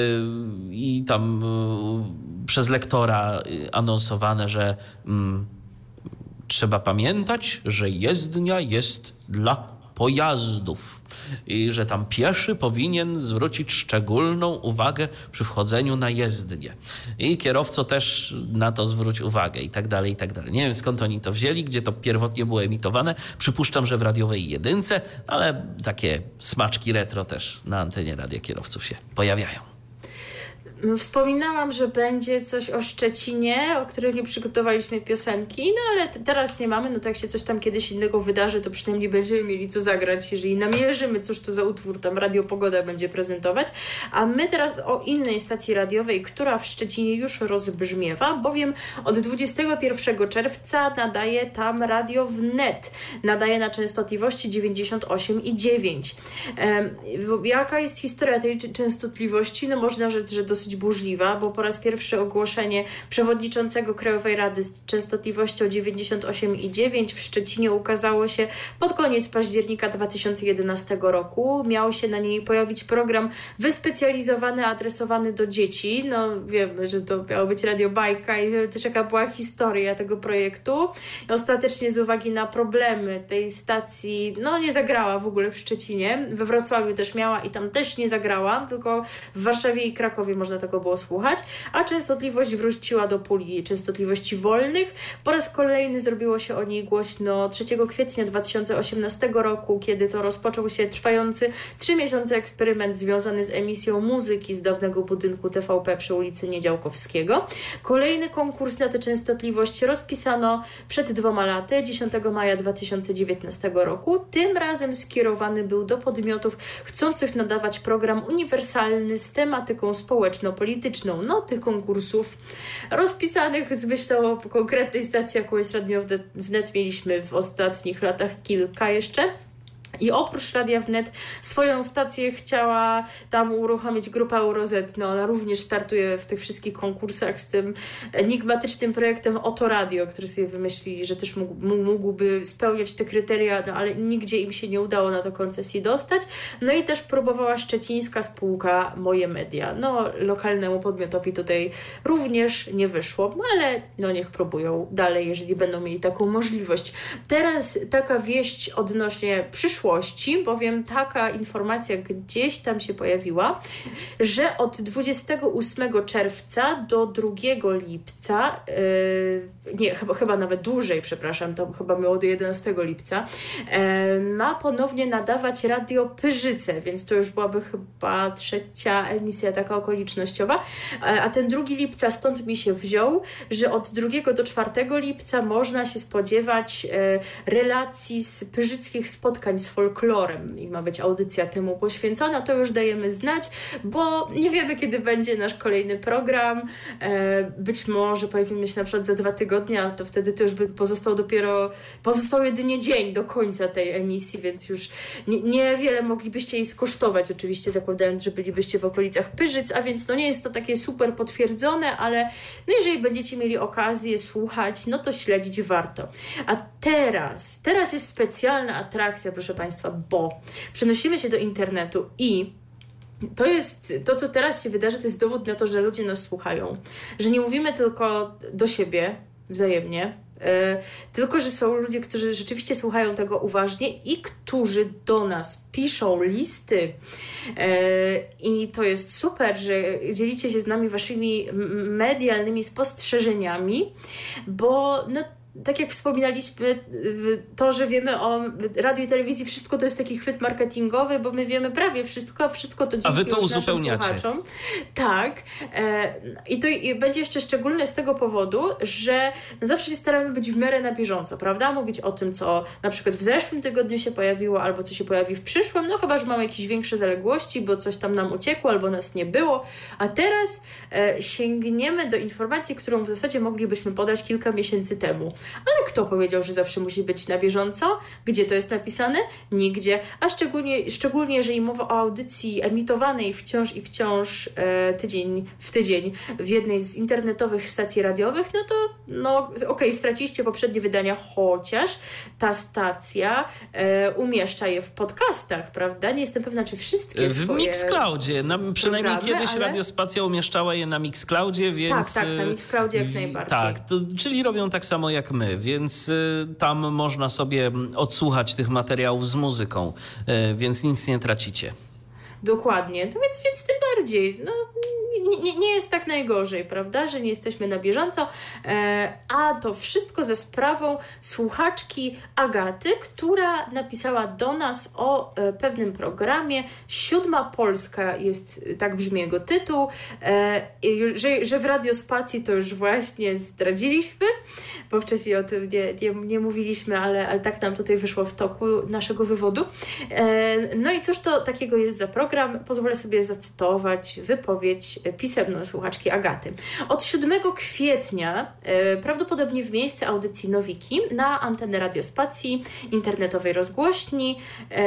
i tam przez lektora anonsowane, że trzeba pamiętać, że jezdnia jest dla pojazdów i że tam pieszy powinien zwrócić szczególną uwagę przy wchodzeniu na jezdnię. I kierowco też na to zwróć uwagę i tak dalej, i tak dalej. Nie wiem, skąd oni to wzięli, gdzie to pierwotnie było emitowane. Przypuszczam, że w radiowej jedynce, ale takie smaczki retro też na antenie Radia Kierowców się pojawiają. Wspominałam, że będzie coś o Szczecinie, o którym nie przygotowaliśmy piosenki, no ale teraz nie mamy, no to jak się coś tam kiedyś innego wydarzy, to przynajmniej będziemy mieli co zagrać, jeżeli namierzymy, cóż to za utwór tam Radio Pogoda będzie prezentować. A my teraz o innej stacji radiowej, która w Szczecinie już rozbrzmiewa, bowiem od 21 czerwca nadaje tam Radio Wnet. Nadaje na częstotliwości 98,9. Jaka jest historia tej częstotliwości? No można rzec, że dosyć burzliwa, bo po raz pierwszy ogłoszenie przewodniczącego Krajowej Rady z częstotliwością 98,9 w Szczecinie ukazało się pod koniec października 2011 roku. Miał się na niej pojawić program wyspecjalizowany, adresowany do dzieci. No wiemy, że to miało być Radio Bajka i wiemy też, jaka była historia tego projektu. I ostatecznie z uwagi na problemy tej stacji, no nie zagrała w ogóle w Szczecinie. We Wrocławiu też miała i tam też nie zagrała, tylko w Warszawie i Krakowie można tego było słuchać, a częstotliwość wróciła do puli częstotliwości wolnych. Po raz kolejny zrobiło się o niej głośno 3 kwietnia 2018 roku, kiedy to rozpoczął się trwający 3 miesiące eksperyment związany z emisją muzyki z dawnego budynku TVP przy ulicy Niedziałkowskiego. Kolejny konkurs na tę częstotliwość rozpisano przed 2 laty, 10 maja 2019 roku. Tym razem skierowany był do podmiotów chcących nadawać program uniwersalny z tematyką społeczno-polityczną. No, tych konkursów rozpisanych z myślą o konkretnej stacji, jaką jest Radio Wnet, mieliśmy w ostatnich latach kilka jeszcze. I oprócz Radia Wnet swoją stację chciała tam uruchomić grupa EuroZ. No, ona również startuje w tych wszystkich konkursach z tym enigmatycznym projektem Oto Radio, który sobie wymyślili, że też mógłby spełniać te kryteria, no, ale nigdzie im się nie udało na to koncesji dostać. No i też próbowała szczecińska spółka Moje Media. No, lokalnemu podmiotowi tutaj również nie wyszło, no, ale no, niech próbują dalej, jeżeli będą mieli taką możliwość. Teraz taka wieść odnośnie przyszłości, bowiem taka informacja gdzieś tam się pojawiła, że od 28 czerwca do 2 lipca, chyba nawet dłużej, przepraszam, to chyba miało do 11 lipca, ma ponownie nadawać Radio Pyrzyce, więc to już byłaby chyba 3. emisja taka okolicznościowa, a ten 2 lipca stąd mi się wziął, że od 2 do 4 lipca można się spodziewać relacji z pyrzyckich spotkań z folklorem i ma być audycja temu poświęcona, to już dajemy znać, bo nie wiemy, kiedy będzie nasz kolejny program. Być może pojawimy się na przykład za 2 tygodnie, a to wtedy to już by pozostał jedynie dzień do końca tej emisji, więc już niewiele moglibyście jej skosztować, oczywiście zakładając, że bylibyście w okolicach Pyrzyc, a więc no nie jest to takie super potwierdzone, ale no jeżeli będziecie mieli okazję słuchać, no to śledzić warto. A teraz jest specjalna atrakcja, proszę Państwa, bo przenosimy się do internetu i to, co teraz się wydarzy, to jest dowód na to, że ludzie nas słuchają. Że nie mówimy tylko do siebie wzajemnie, Tylko że są ludzie, którzy rzeczywiście słuchają tego uważnie i którzy do nas piszą listy. I to jest super, że dzielicie się z nami waszymi medialnymi spostrzeżeniami, bo tak jak wspominaliśmy, to, że wiemy o radiu i telewizji, wszystko to jest taki chwyt marketingowy, bo my wiemy prawie wszystko, a wszystko to dzięki już naszym słuchaczom. Tak. I to będzie jeszcze szczególne z tego powodu, że zawsze się staramy być w miarę na bieżąco, prawda? Mówić o tym, co na przykład w zeszłym tygodniu się pojawiło, albo co się pojawi w przyszłym, chyba że mamy jakieś większe zaległości, bo coś tam nam uciekło, albo nas nie było. A teraz sięgniemy do informacji, którą w zasadzie moglibyśmy podać kilka miesięcy temu. Ale kto powiedział, że zawsze musi być na bieżąco? Gdzie to jest napisane? Nigdzie. A szczególnie jeżeli mowa o audycji emitowanej wciąż i wciąż tydzień w tydzień w jednej z internetowych stacji radiowych, okej, straciliście poprzednie wydania, chociaż ta stacja umieszcza je w podcastach, prawda? Nie jestem pewna, czy wszystkie w Mixcloudzie. Przynajmniej kiedyś Radiospacja umieszczała je na Mixcloudzie, więc... Tak, na Mixcloudzie jak najbardziej. Tak, czyli robią tak samo jak my, więc tam można sobie odsłuchać tych materiałów z muzyką, więc nic nie tracicie. Dokładnie, to więc tym bardziej. Nie jest tak najgorzej, prawda, że nie jesteśmy na bieżąco, a to wszystko ze sprawą słuchaczki Agaty, która napisała do nas o pewnym programie. 7 Polska tak brzmi jego tytuł, że w Radiospacji to już właśnie zdradziliśmy, bo wcześniej o tym nie mówiliśmy, ale tak nam tutaj wyszło w toku naszego wywodu. No i cóż to takiego jest za program? Pozwolę sobie zacytować wypowiedź pisemną słuchaczki Agaty. Od 7 kwietnia, prawdopodobnie w miejsce audycji Nowiki, na antenę Radiospacji, internetowej rozgłośni,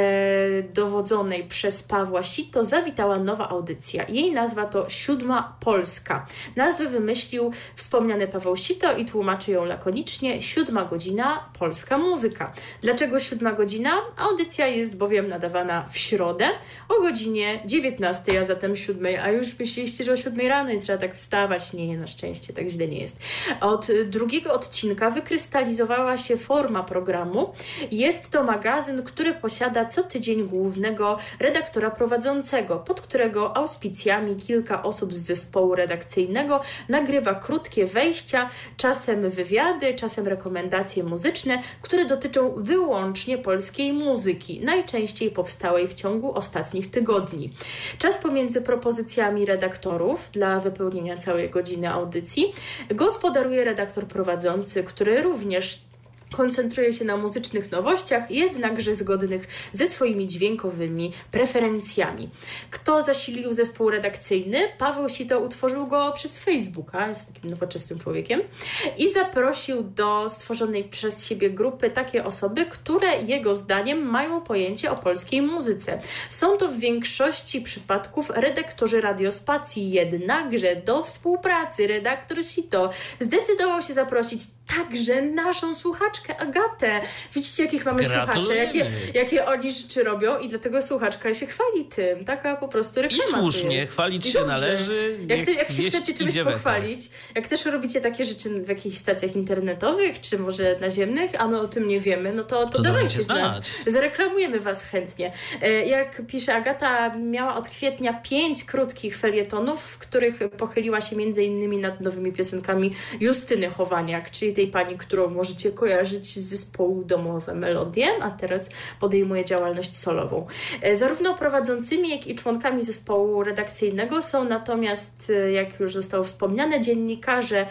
dowodzonej przez Pawła Sito, zawitała nowa audycja. Jej nazwa to 7 Polska. Nazwę wymyślił wspomniany Paweł Sito i tłumaczy ją lakonicznie: 7 godzina, polska muzyka. Dlaczego 7 godzina? Audycja jest bowiem nadawana w środę o godzinie 19, a zatem 7. A już myśleliście, że o 7 rano i trzeba tak wstawać. Nie, na szczęście tak źle nie jest. Od drugiego odcinka wykrystalizowała się forma programu. Jest to magazyn, który posiada co tydzień głównego redaktora prowadzącego, pod którego auspicjami kilka osób z zespołu redakcyjnego nagrywa krótkie wejścia, czasem wywiady, czasem rekomendacje muzyczne, które dotyczą wyłącznie polskiej muzyki, najczęściej powstałej w ciągu ostatnich tygodni. Czas pomiędzy propozycjami redaktorów dla wypełnienia całej godziny audycji gospodaruje redaktor prowadzący, który również koncentruje się na muzycznych nowościach, jednakże zgodnych ze swoimi dźwiękowymi preferencjami. Kto zasilił zespół redakcyjny? Paweł Sito utworzył go przez Facebooka, jest takim nowoczesnym człowiekiem, i zaprosił do stworzonej przez siebie grupy takie osoby, które jego zdaniem mają pojęcie o polskiej muzyce. Są to w większości przypadków redaktorzy Radiospacji, jednakże do współpracy redaktor Sito zdecydował się zaprosić także naszą słuchaczkę Agatę. Widzicie, jakich mamy słuchacze, jakie oni rzeczy robią, i dlatego słuchaczka się chwali tym. Taka po prostu reklama. I słusznie, chwalić się należy. Jak się chcecie czymś pochwalić, jak też robicie takie rzeczy w jakichś stacjach internetowych, czy może naziemnych, a my o tym nie wiemy, no to dawajcie znać. Zareklamujemy was chętnie. Jak pisze Agata, miała od kwietnia 5 krótkich felietonów, w których pochyliła się m.in. nad nowymi piosenkami Justyny Chowaniak, czyli tej pani, którą możecie kojarzyć z zespołu Domowe Melodie, a teraz podejmuje działalność solową. Zarówno prowadzącymi, jak i członkami zespołu redakcyjnego są natomiast, jak już zostało wspomniane, dziennikarze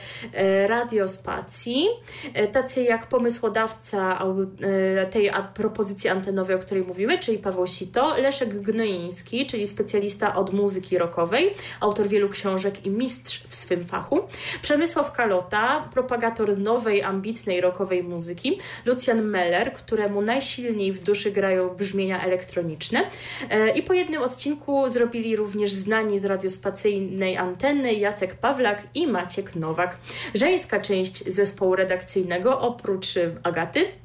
Radiospacji, tacy jak pomysłodawca tej propozycji antenowej, o której mówimy, czyli Paweł Sito, Leszek Gnoiński, czyli specjalista od muzyki rockowej, autor wielu książek i mistrz w swym fachu, Przemysław Kalota, propagator nowej, ambitnej rockowej muzyki, Lucjan Meller, któremu najsilniej w duszy grają brzmienia elektroniczne, i po jednym odcinku zrobili również znani z radiospacyjnej anteny Jacek Pawlak i Maciek Nowak. Żeńska część zespołu redakcyjnego, oprócz Agaty,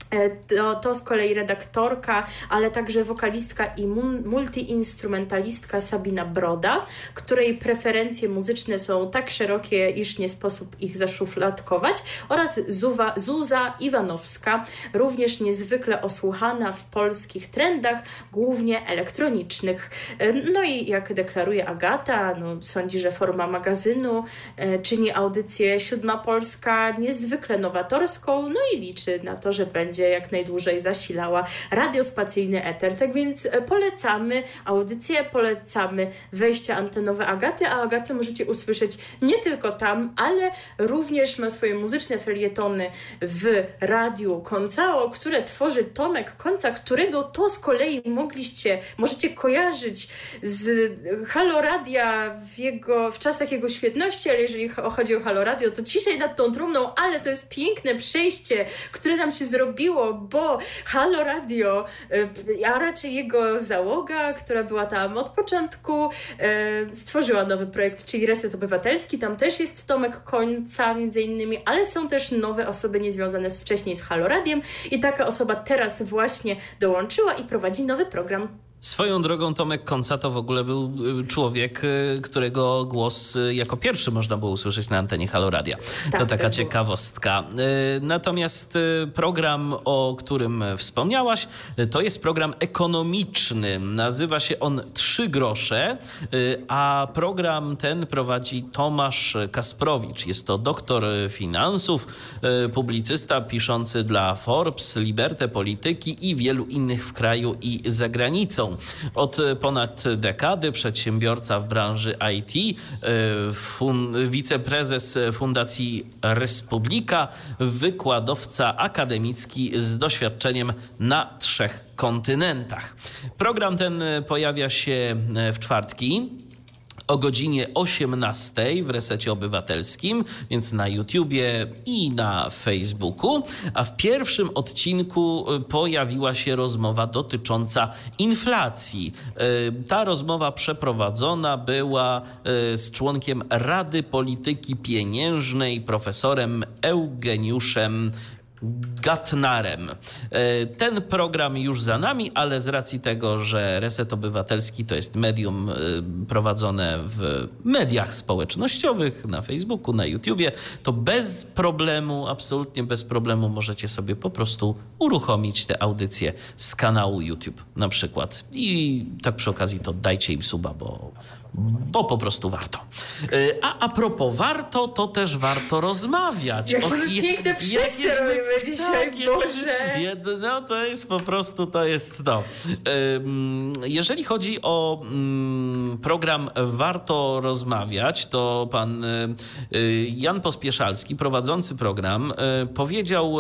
To z kolei redaktorka, ale także wokalistka i multiinstrumentalistka Sabina Broda, której preferencje muzyczne są tak szerokie, iż nie sposób ich zaszufladkować, oraz Zuza Iwanowska, również niezwykle osłuchana w polskich trendach, głównie elektronicznych. No i jak deklaruje Agata, sądzi, że forma magazynu czyni audycję Siódma Polska niezwykle nowatorską, i liczy na to, że będzie jak najdłużej zasilała radiospacyjny eter. Tak więc polecamy audycję, polecamy wejścia antenowe Agaty, a Agatę możecie usłyszeć nie tylko tam, ale również ma swoje muzyczne felietony w Radiu Koncao, które tworzy Tomek Konca, którego to z kolei możecie kojarzyć z Halo Radia w czasach jego świetności, ale jeżeli chodzi o Halo Radio, to ciszej nad tą trumną, ale to jest piękne przejście, które nam się zrobiło, bo Halo Radio, a raczej jego załoga, która była tam od początku, stworzyła nowy projekt, czyli Reset Obywatelski. Tam też jest Tomek Końca między innymi, ale są też nowe osoby niezwiązane wcześniej z Halo Radiem i taka osoba teraz właśnie dołączyła i prowadzi nowy program. Swoją drogą Tomek Konca to w ogóle był człowiek, którego głos jako pierwszy można było usłyszeć na antenie Halo Radia. To taka ciekawostka. Natomiast program, o którym wspomniałaś, to jest program ekonomiczny. Nazywa się on 3 grosze, a program ten prowadzi Tomasz Kasprowicz. Jest to doktor finansów, publicysta piszący dla Forbes, Liberty, Polityki i wielu innych w kraju i za granicą. Od ponad dekady przedsiębiorca w branży IT, wiceprezes Fundacji Respublika, wykładowca akademicki z doświadczeniem na 3 kontynentach. Program ten pojawia się w czwartki o godzinie 18 w Resecie Obywatelskim, więc na YouTubie i na Facebooku. A w pierwszym odcinku pojawiła się rozmowa dotycząca inflacji. Ta rozmowa przeprowadzona była z członkiem Rady Polityki Pieniężnej, profesorem Eugeniuszem Gatnarem. Ten program już za nami, ale z racji tego, że Reset Obywatelski to jest medium prowadzone w mediach społecznościowych, na Facebooku, na YouTubie, to bez problemu, absolutnie bez problemu możecie sobie po prostu uruchomić te audycje z kanału YouTube na przykład. I tak przy okazji to dajcie im suba, bo po prostu warto. A propos warto, to też warto rozmawiać. Piękne przejście robimy dzisiaj, Boże. No to jest po prostu, to jest to. Jeżeli chodzi o program Warto Rozmawiać, to pan Jan Pospieszalski, prowadzący program, powiedział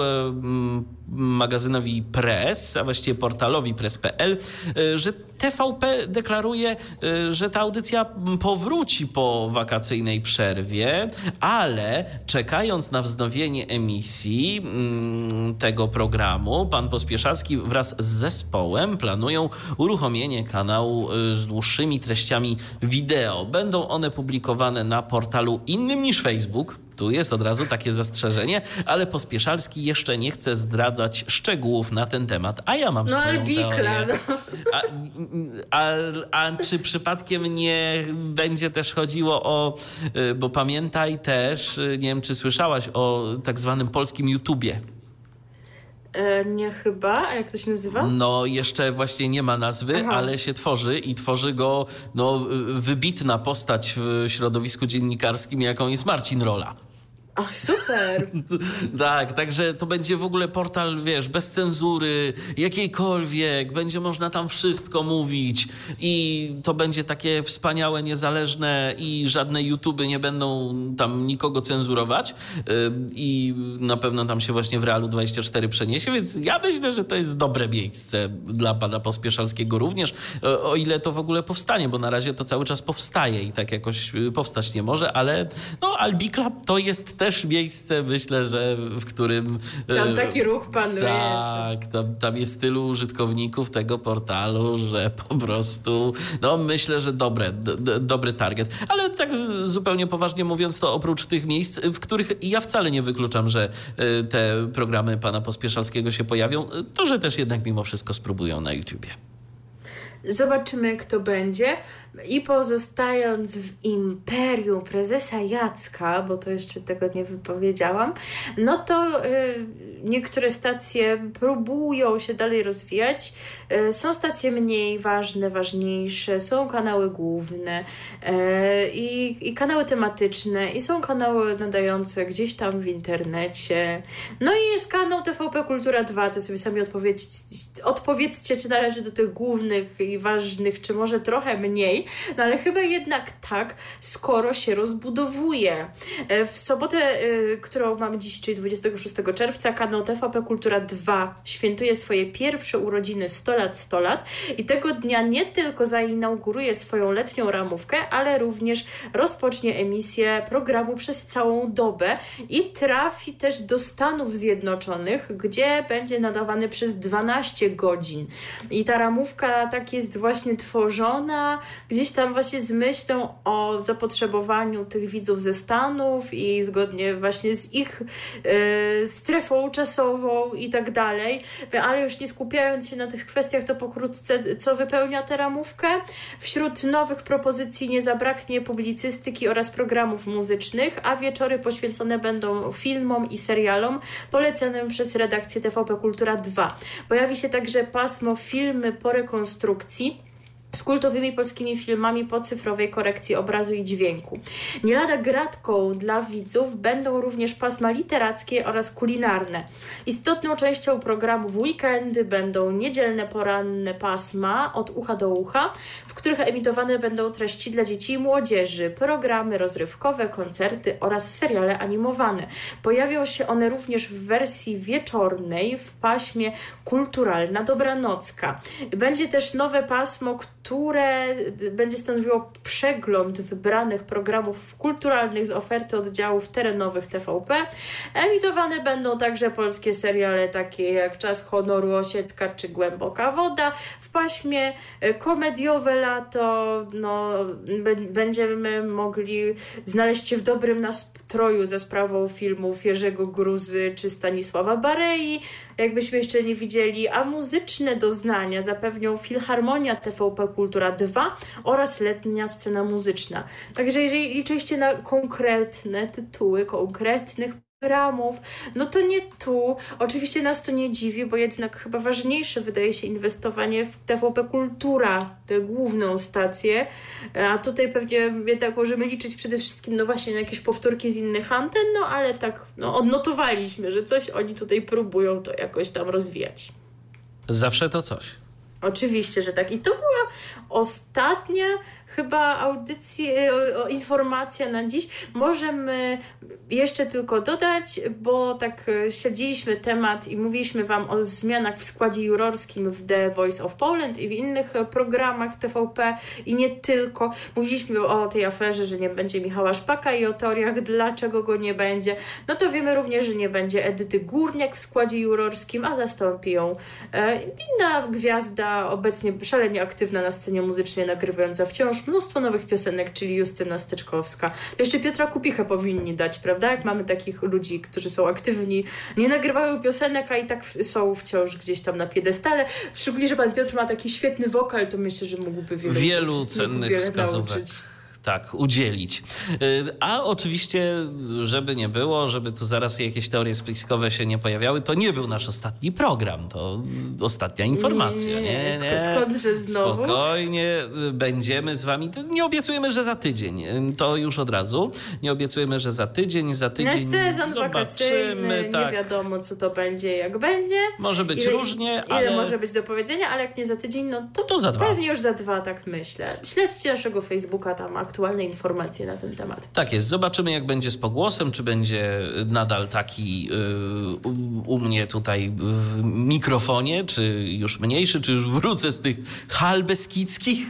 magazynowi Press, a właściwie portalowi press.pl, że TVP deklaruje, że ta audycja powróci po wakacyjnej przerwie, ale czekając na wznowienie emisji tego programu, pan Pospieszalski wraz z zespołem planują uruchomienie kanału z dłuższymi treściami wideo. Będą one publikowane na portalu innym niż Facebook. Tu jest od razu takie zastrzeżenie, ale Pospieszalski jeszcze nie chce zdradzać szczegółów na ten temat, a ja mam swoją teorię. A czy przypadkiem nie będzie też chodziło o, bo pamiętaj też, nie wiem czy słyszałaś o tak zwanym polskim YouTubie. Nie chyba, a jak to się nazywa? No jeszcze właśnie nie ma nazwy, ale się tworzy i tworzy go wybitna postać w środowisku dziennikarskim, jaką jest Marcin Rola. Ach, super. Tak, także to będzie w ogóle portal, bez cenzury, jakiejkolwiek, będzie można tam wszystko mówić i to będzie takie wspaniałe, niezależne i żadne YouTuby nie będą tam nikogo cenzurować i na pewno tam się właśnie w Realu 24 przeniesie, więc ja myślę, że to jest dobre miejsce dla pana Pospieszalskiego również, o ile to w ogóle powstanie, bo na razie to cały czas powstaje i tak jakoś powstać nie może, ale Albi Club to jest też też miejsce, myślę, że w którym... Tam taki ruch panuje. Tak, tam jest tylu użytkowników tego portalu, że po prostu, no myślę, że dobry target. Ale tak zupełnie poważnie mówiąc, to oprócz tych miejsc, w których ja wcale nie wykluczam, że te programy pana Pospieszalskiego się pojawią, to że też jednak mimo wszystko spróbują na YouTubie. Zobaczymy, kto będzie. I pozostając w imperium prezesa Jacka, bo to jeszcze tego nie wypowiedziałam, no to niektóre stacje próbują się dalej rozwijać. Są stacje mniej ważne, ważniejsze, są kanały główne i kanały tematyczne i są kanały nadające gdzieś tam w internecie. No i jest kanał TVP Kultura 2, to sobie sami odpowiedzcie, czy należy do tych głównych i ważnych, czy może trochę mniej, no ale chyba jednak tak, skoro się rozbudowuje. W sobotę, którą mamy dziś, czyli 26 czerwca, kanał TVP Kultura 2 świętuje swoje pierwsze urodziny 100 lat i tego dnia nie tylko zainauguruje swoją letnią ramówkę, ale również rozpocznie emisję programu przez całą dobę i trafi też do Stanów Zjednoczonych, gdzie będzie nadawany przez 12 godzin. I ta ramówka tak jest właśnie tworzona gdzieś tam właśnie z myślą o zapotrzebowaniu tych widzów ze Stanów i zgodnie właśnie z ich strefą czasową i tak dalej, ale już nie skupiając się na tych kwestiach, to pokrótce co wypełnia tę ramówkę. Wśród nowych propozycji nie zabraknie publicystyki oraz programów muzycznych, a wieczory poświęcone będą filmom i serialom polecanym przez redakcję TVP Kultura 2. Pojawi się także pasmo filmy po rekonstrukcji z kultowymi polskimi filmami po cyfrowej korekcji obrazu i dźwięku. Nie lada gratką dla widzów będą również pasma literackie oraz kulinarne. Istotną częścią programu w weekendy będą niedzielne poranne pasma od ucha do ucha, w których emitowane będą treści dla dzieci i młodzieży, programy rozrywkowe, koncerty oraz seriale animowane. Pojawią się one również w wersji wieczornej w paśmie Kulturalna Dobranocka. Będzie też nowe pasmo, które będzie stanowiło przegląd wybranych programów kulturalnych z oferty oddziałów terenowych TVP. Emitowane będą także polskie seriale takie jak Czas Honoru, Osietka czy Głęboka Woda. W paśmie komediowe lato będziemy mogli znaleźć się w dobrym nastroju za sprawą filmów Jerzego Gruzy czy Stanisława Barei, jakbyśmy jeszcze nie widzieli, a muzyczne doznania zapewnią Filharmonia TVP Kultura 2 oraz letnia scena muzyczna. Także jeżeli liczyliście na konkretne tytuły, konkretnych programów, no to nie tu. Oczywiście nas to nie dziwi, bo jednak chyba ważniejsze wydaje się inwestowanie w TVP Kultura, tę główną stację, a tutaj pewnie jednak możemy liczyć przede wszystkim no właśnie na jakieś powtórki z innych anten, no ale tak odnotowaliśmy, że coś oni tutaj próbują to jakoś tam rozwijać. Zawsze to coś. Oczywiście, że tak. I to była ostatnia chyba informacja na dziś. Możemy jeszcze tylko dodać, bo tak śledziliśmy temat i mówiliśmy Wam o zmianach w składzie jurorskim w The Voice of Poland i w innych programach TVP i nie tylko. Mówiliśmy o tej aferze, że nie będzie Michała Szpaka i o teoriach, dlaczego go nie będzie. No to wiemy również, że nie będzie Edyty Górniak w składzie jurorskim, a zastąpi ją inna gwiazda, obecnie szalenie aktywna na scenie muzycznej, nagrywająca wciąż mnóstwo nowych piosenek, czyli Justyna Styczkowska. To jeszcze Piotra Kupichę powinni dać, prawda? Jak mamy takich ludzi, którzy są aktywni, nie nagrywają piosenek, a i tak są wciąż gdzieś tam na piedestale. Szczególnie, że pan Piotr ma taki świetny wokal, to myślę, że mógłby wielu cennych wskazówek. Nauczyć. Tak, udzielić. A oczywiście, żeby nie było, żeby tu zaraz jakieś teorie spiskowe się nie pojawiały, to nie był nasz ostatni program, to ostatnia informacja. Nie. Skądże znowu? Spokojnie, będziemy z wami. Nie obiecujemy, że za tydzień, to już od razu. Nie obiecujemy, że za tydzień sezon wakacyjny, tak. Nie wiadomo co to będzie, jak będzie. Może być różnie, ale... Ile może być do powiedzenia, ale jak nie za tydzień, no to za 2. Pewnie już za 2, tak myślę. Śledźcie naszego Facebooka, tam aktualne informacje na ten temat. Tak jest. Zobaczymy, jak będzie z pogłosem, czy będzie nadal taki u mnie tutaj w mikrofonie, czy już mniejszy, czy już wrócę z tych hal beskidzkich.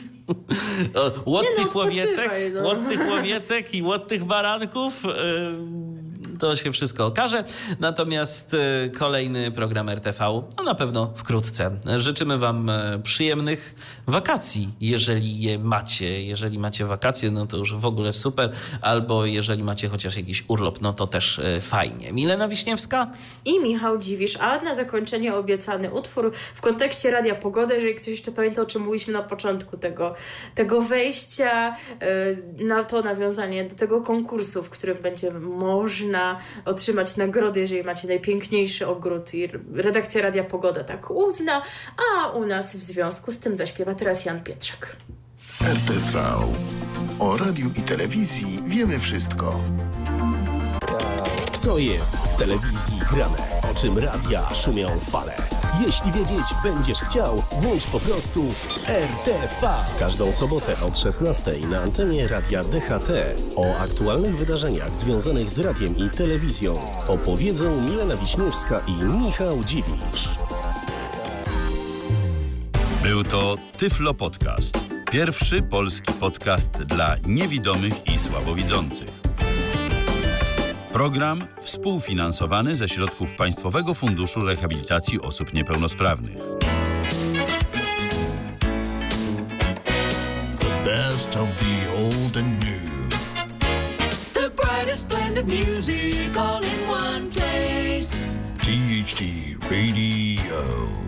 Łot tych łowiecek i łot tych baranków. to się wszystko okaże. Natomiast kolejny program RTV, no na pewno wkrótce. Życzymy wam przyjemnych wakacji, jeżeli je macie. Jeżeli macie wakacje, no to już w ogóle super. Albo jeżeli macie chociaż jakiś urlop, no to też fajnie. Milena Wiśniewska i Michał Dziwisz, a na zakończenie obiecany utwór w kontekście Radia Pogoda, jeżeli ktoś jeszcze pamięta, o czym mówiliśmy na początku tego wejścia, na to nawiązanie do tego konkursu, w którym będzie można otrzymać nagrody, jeżeli macie najpiękniejszy ogród i redakcja Radia Pogoda tak uzna, a u nas w związku z tym zaśpiewa teraz Jan Pietrzak. RTV. O radiu i telewizji wiemy wszystko. Co jest w telewizji grane? O czym radia szumią fale? Jeśli wiedzieć będziesz chciał, włącz po prostu RTV. W każdą sobotę od 16 na antenie Radia DHT. O aktualnych wydarzeniach związanych z radiem i telewizją opowiedzą Milena Wiśniewska i Michał Dziwisz. Był to Tyflo Podcast. Pierwszy polski podcast dla niewidomych i słabowidzących. Program współfinansowany ze środków Państwowego Funduszu Rehabilitacji Osób Niepełnosprawnych. The best of the old and new. The brightest blend of music all in one place. THT Radio.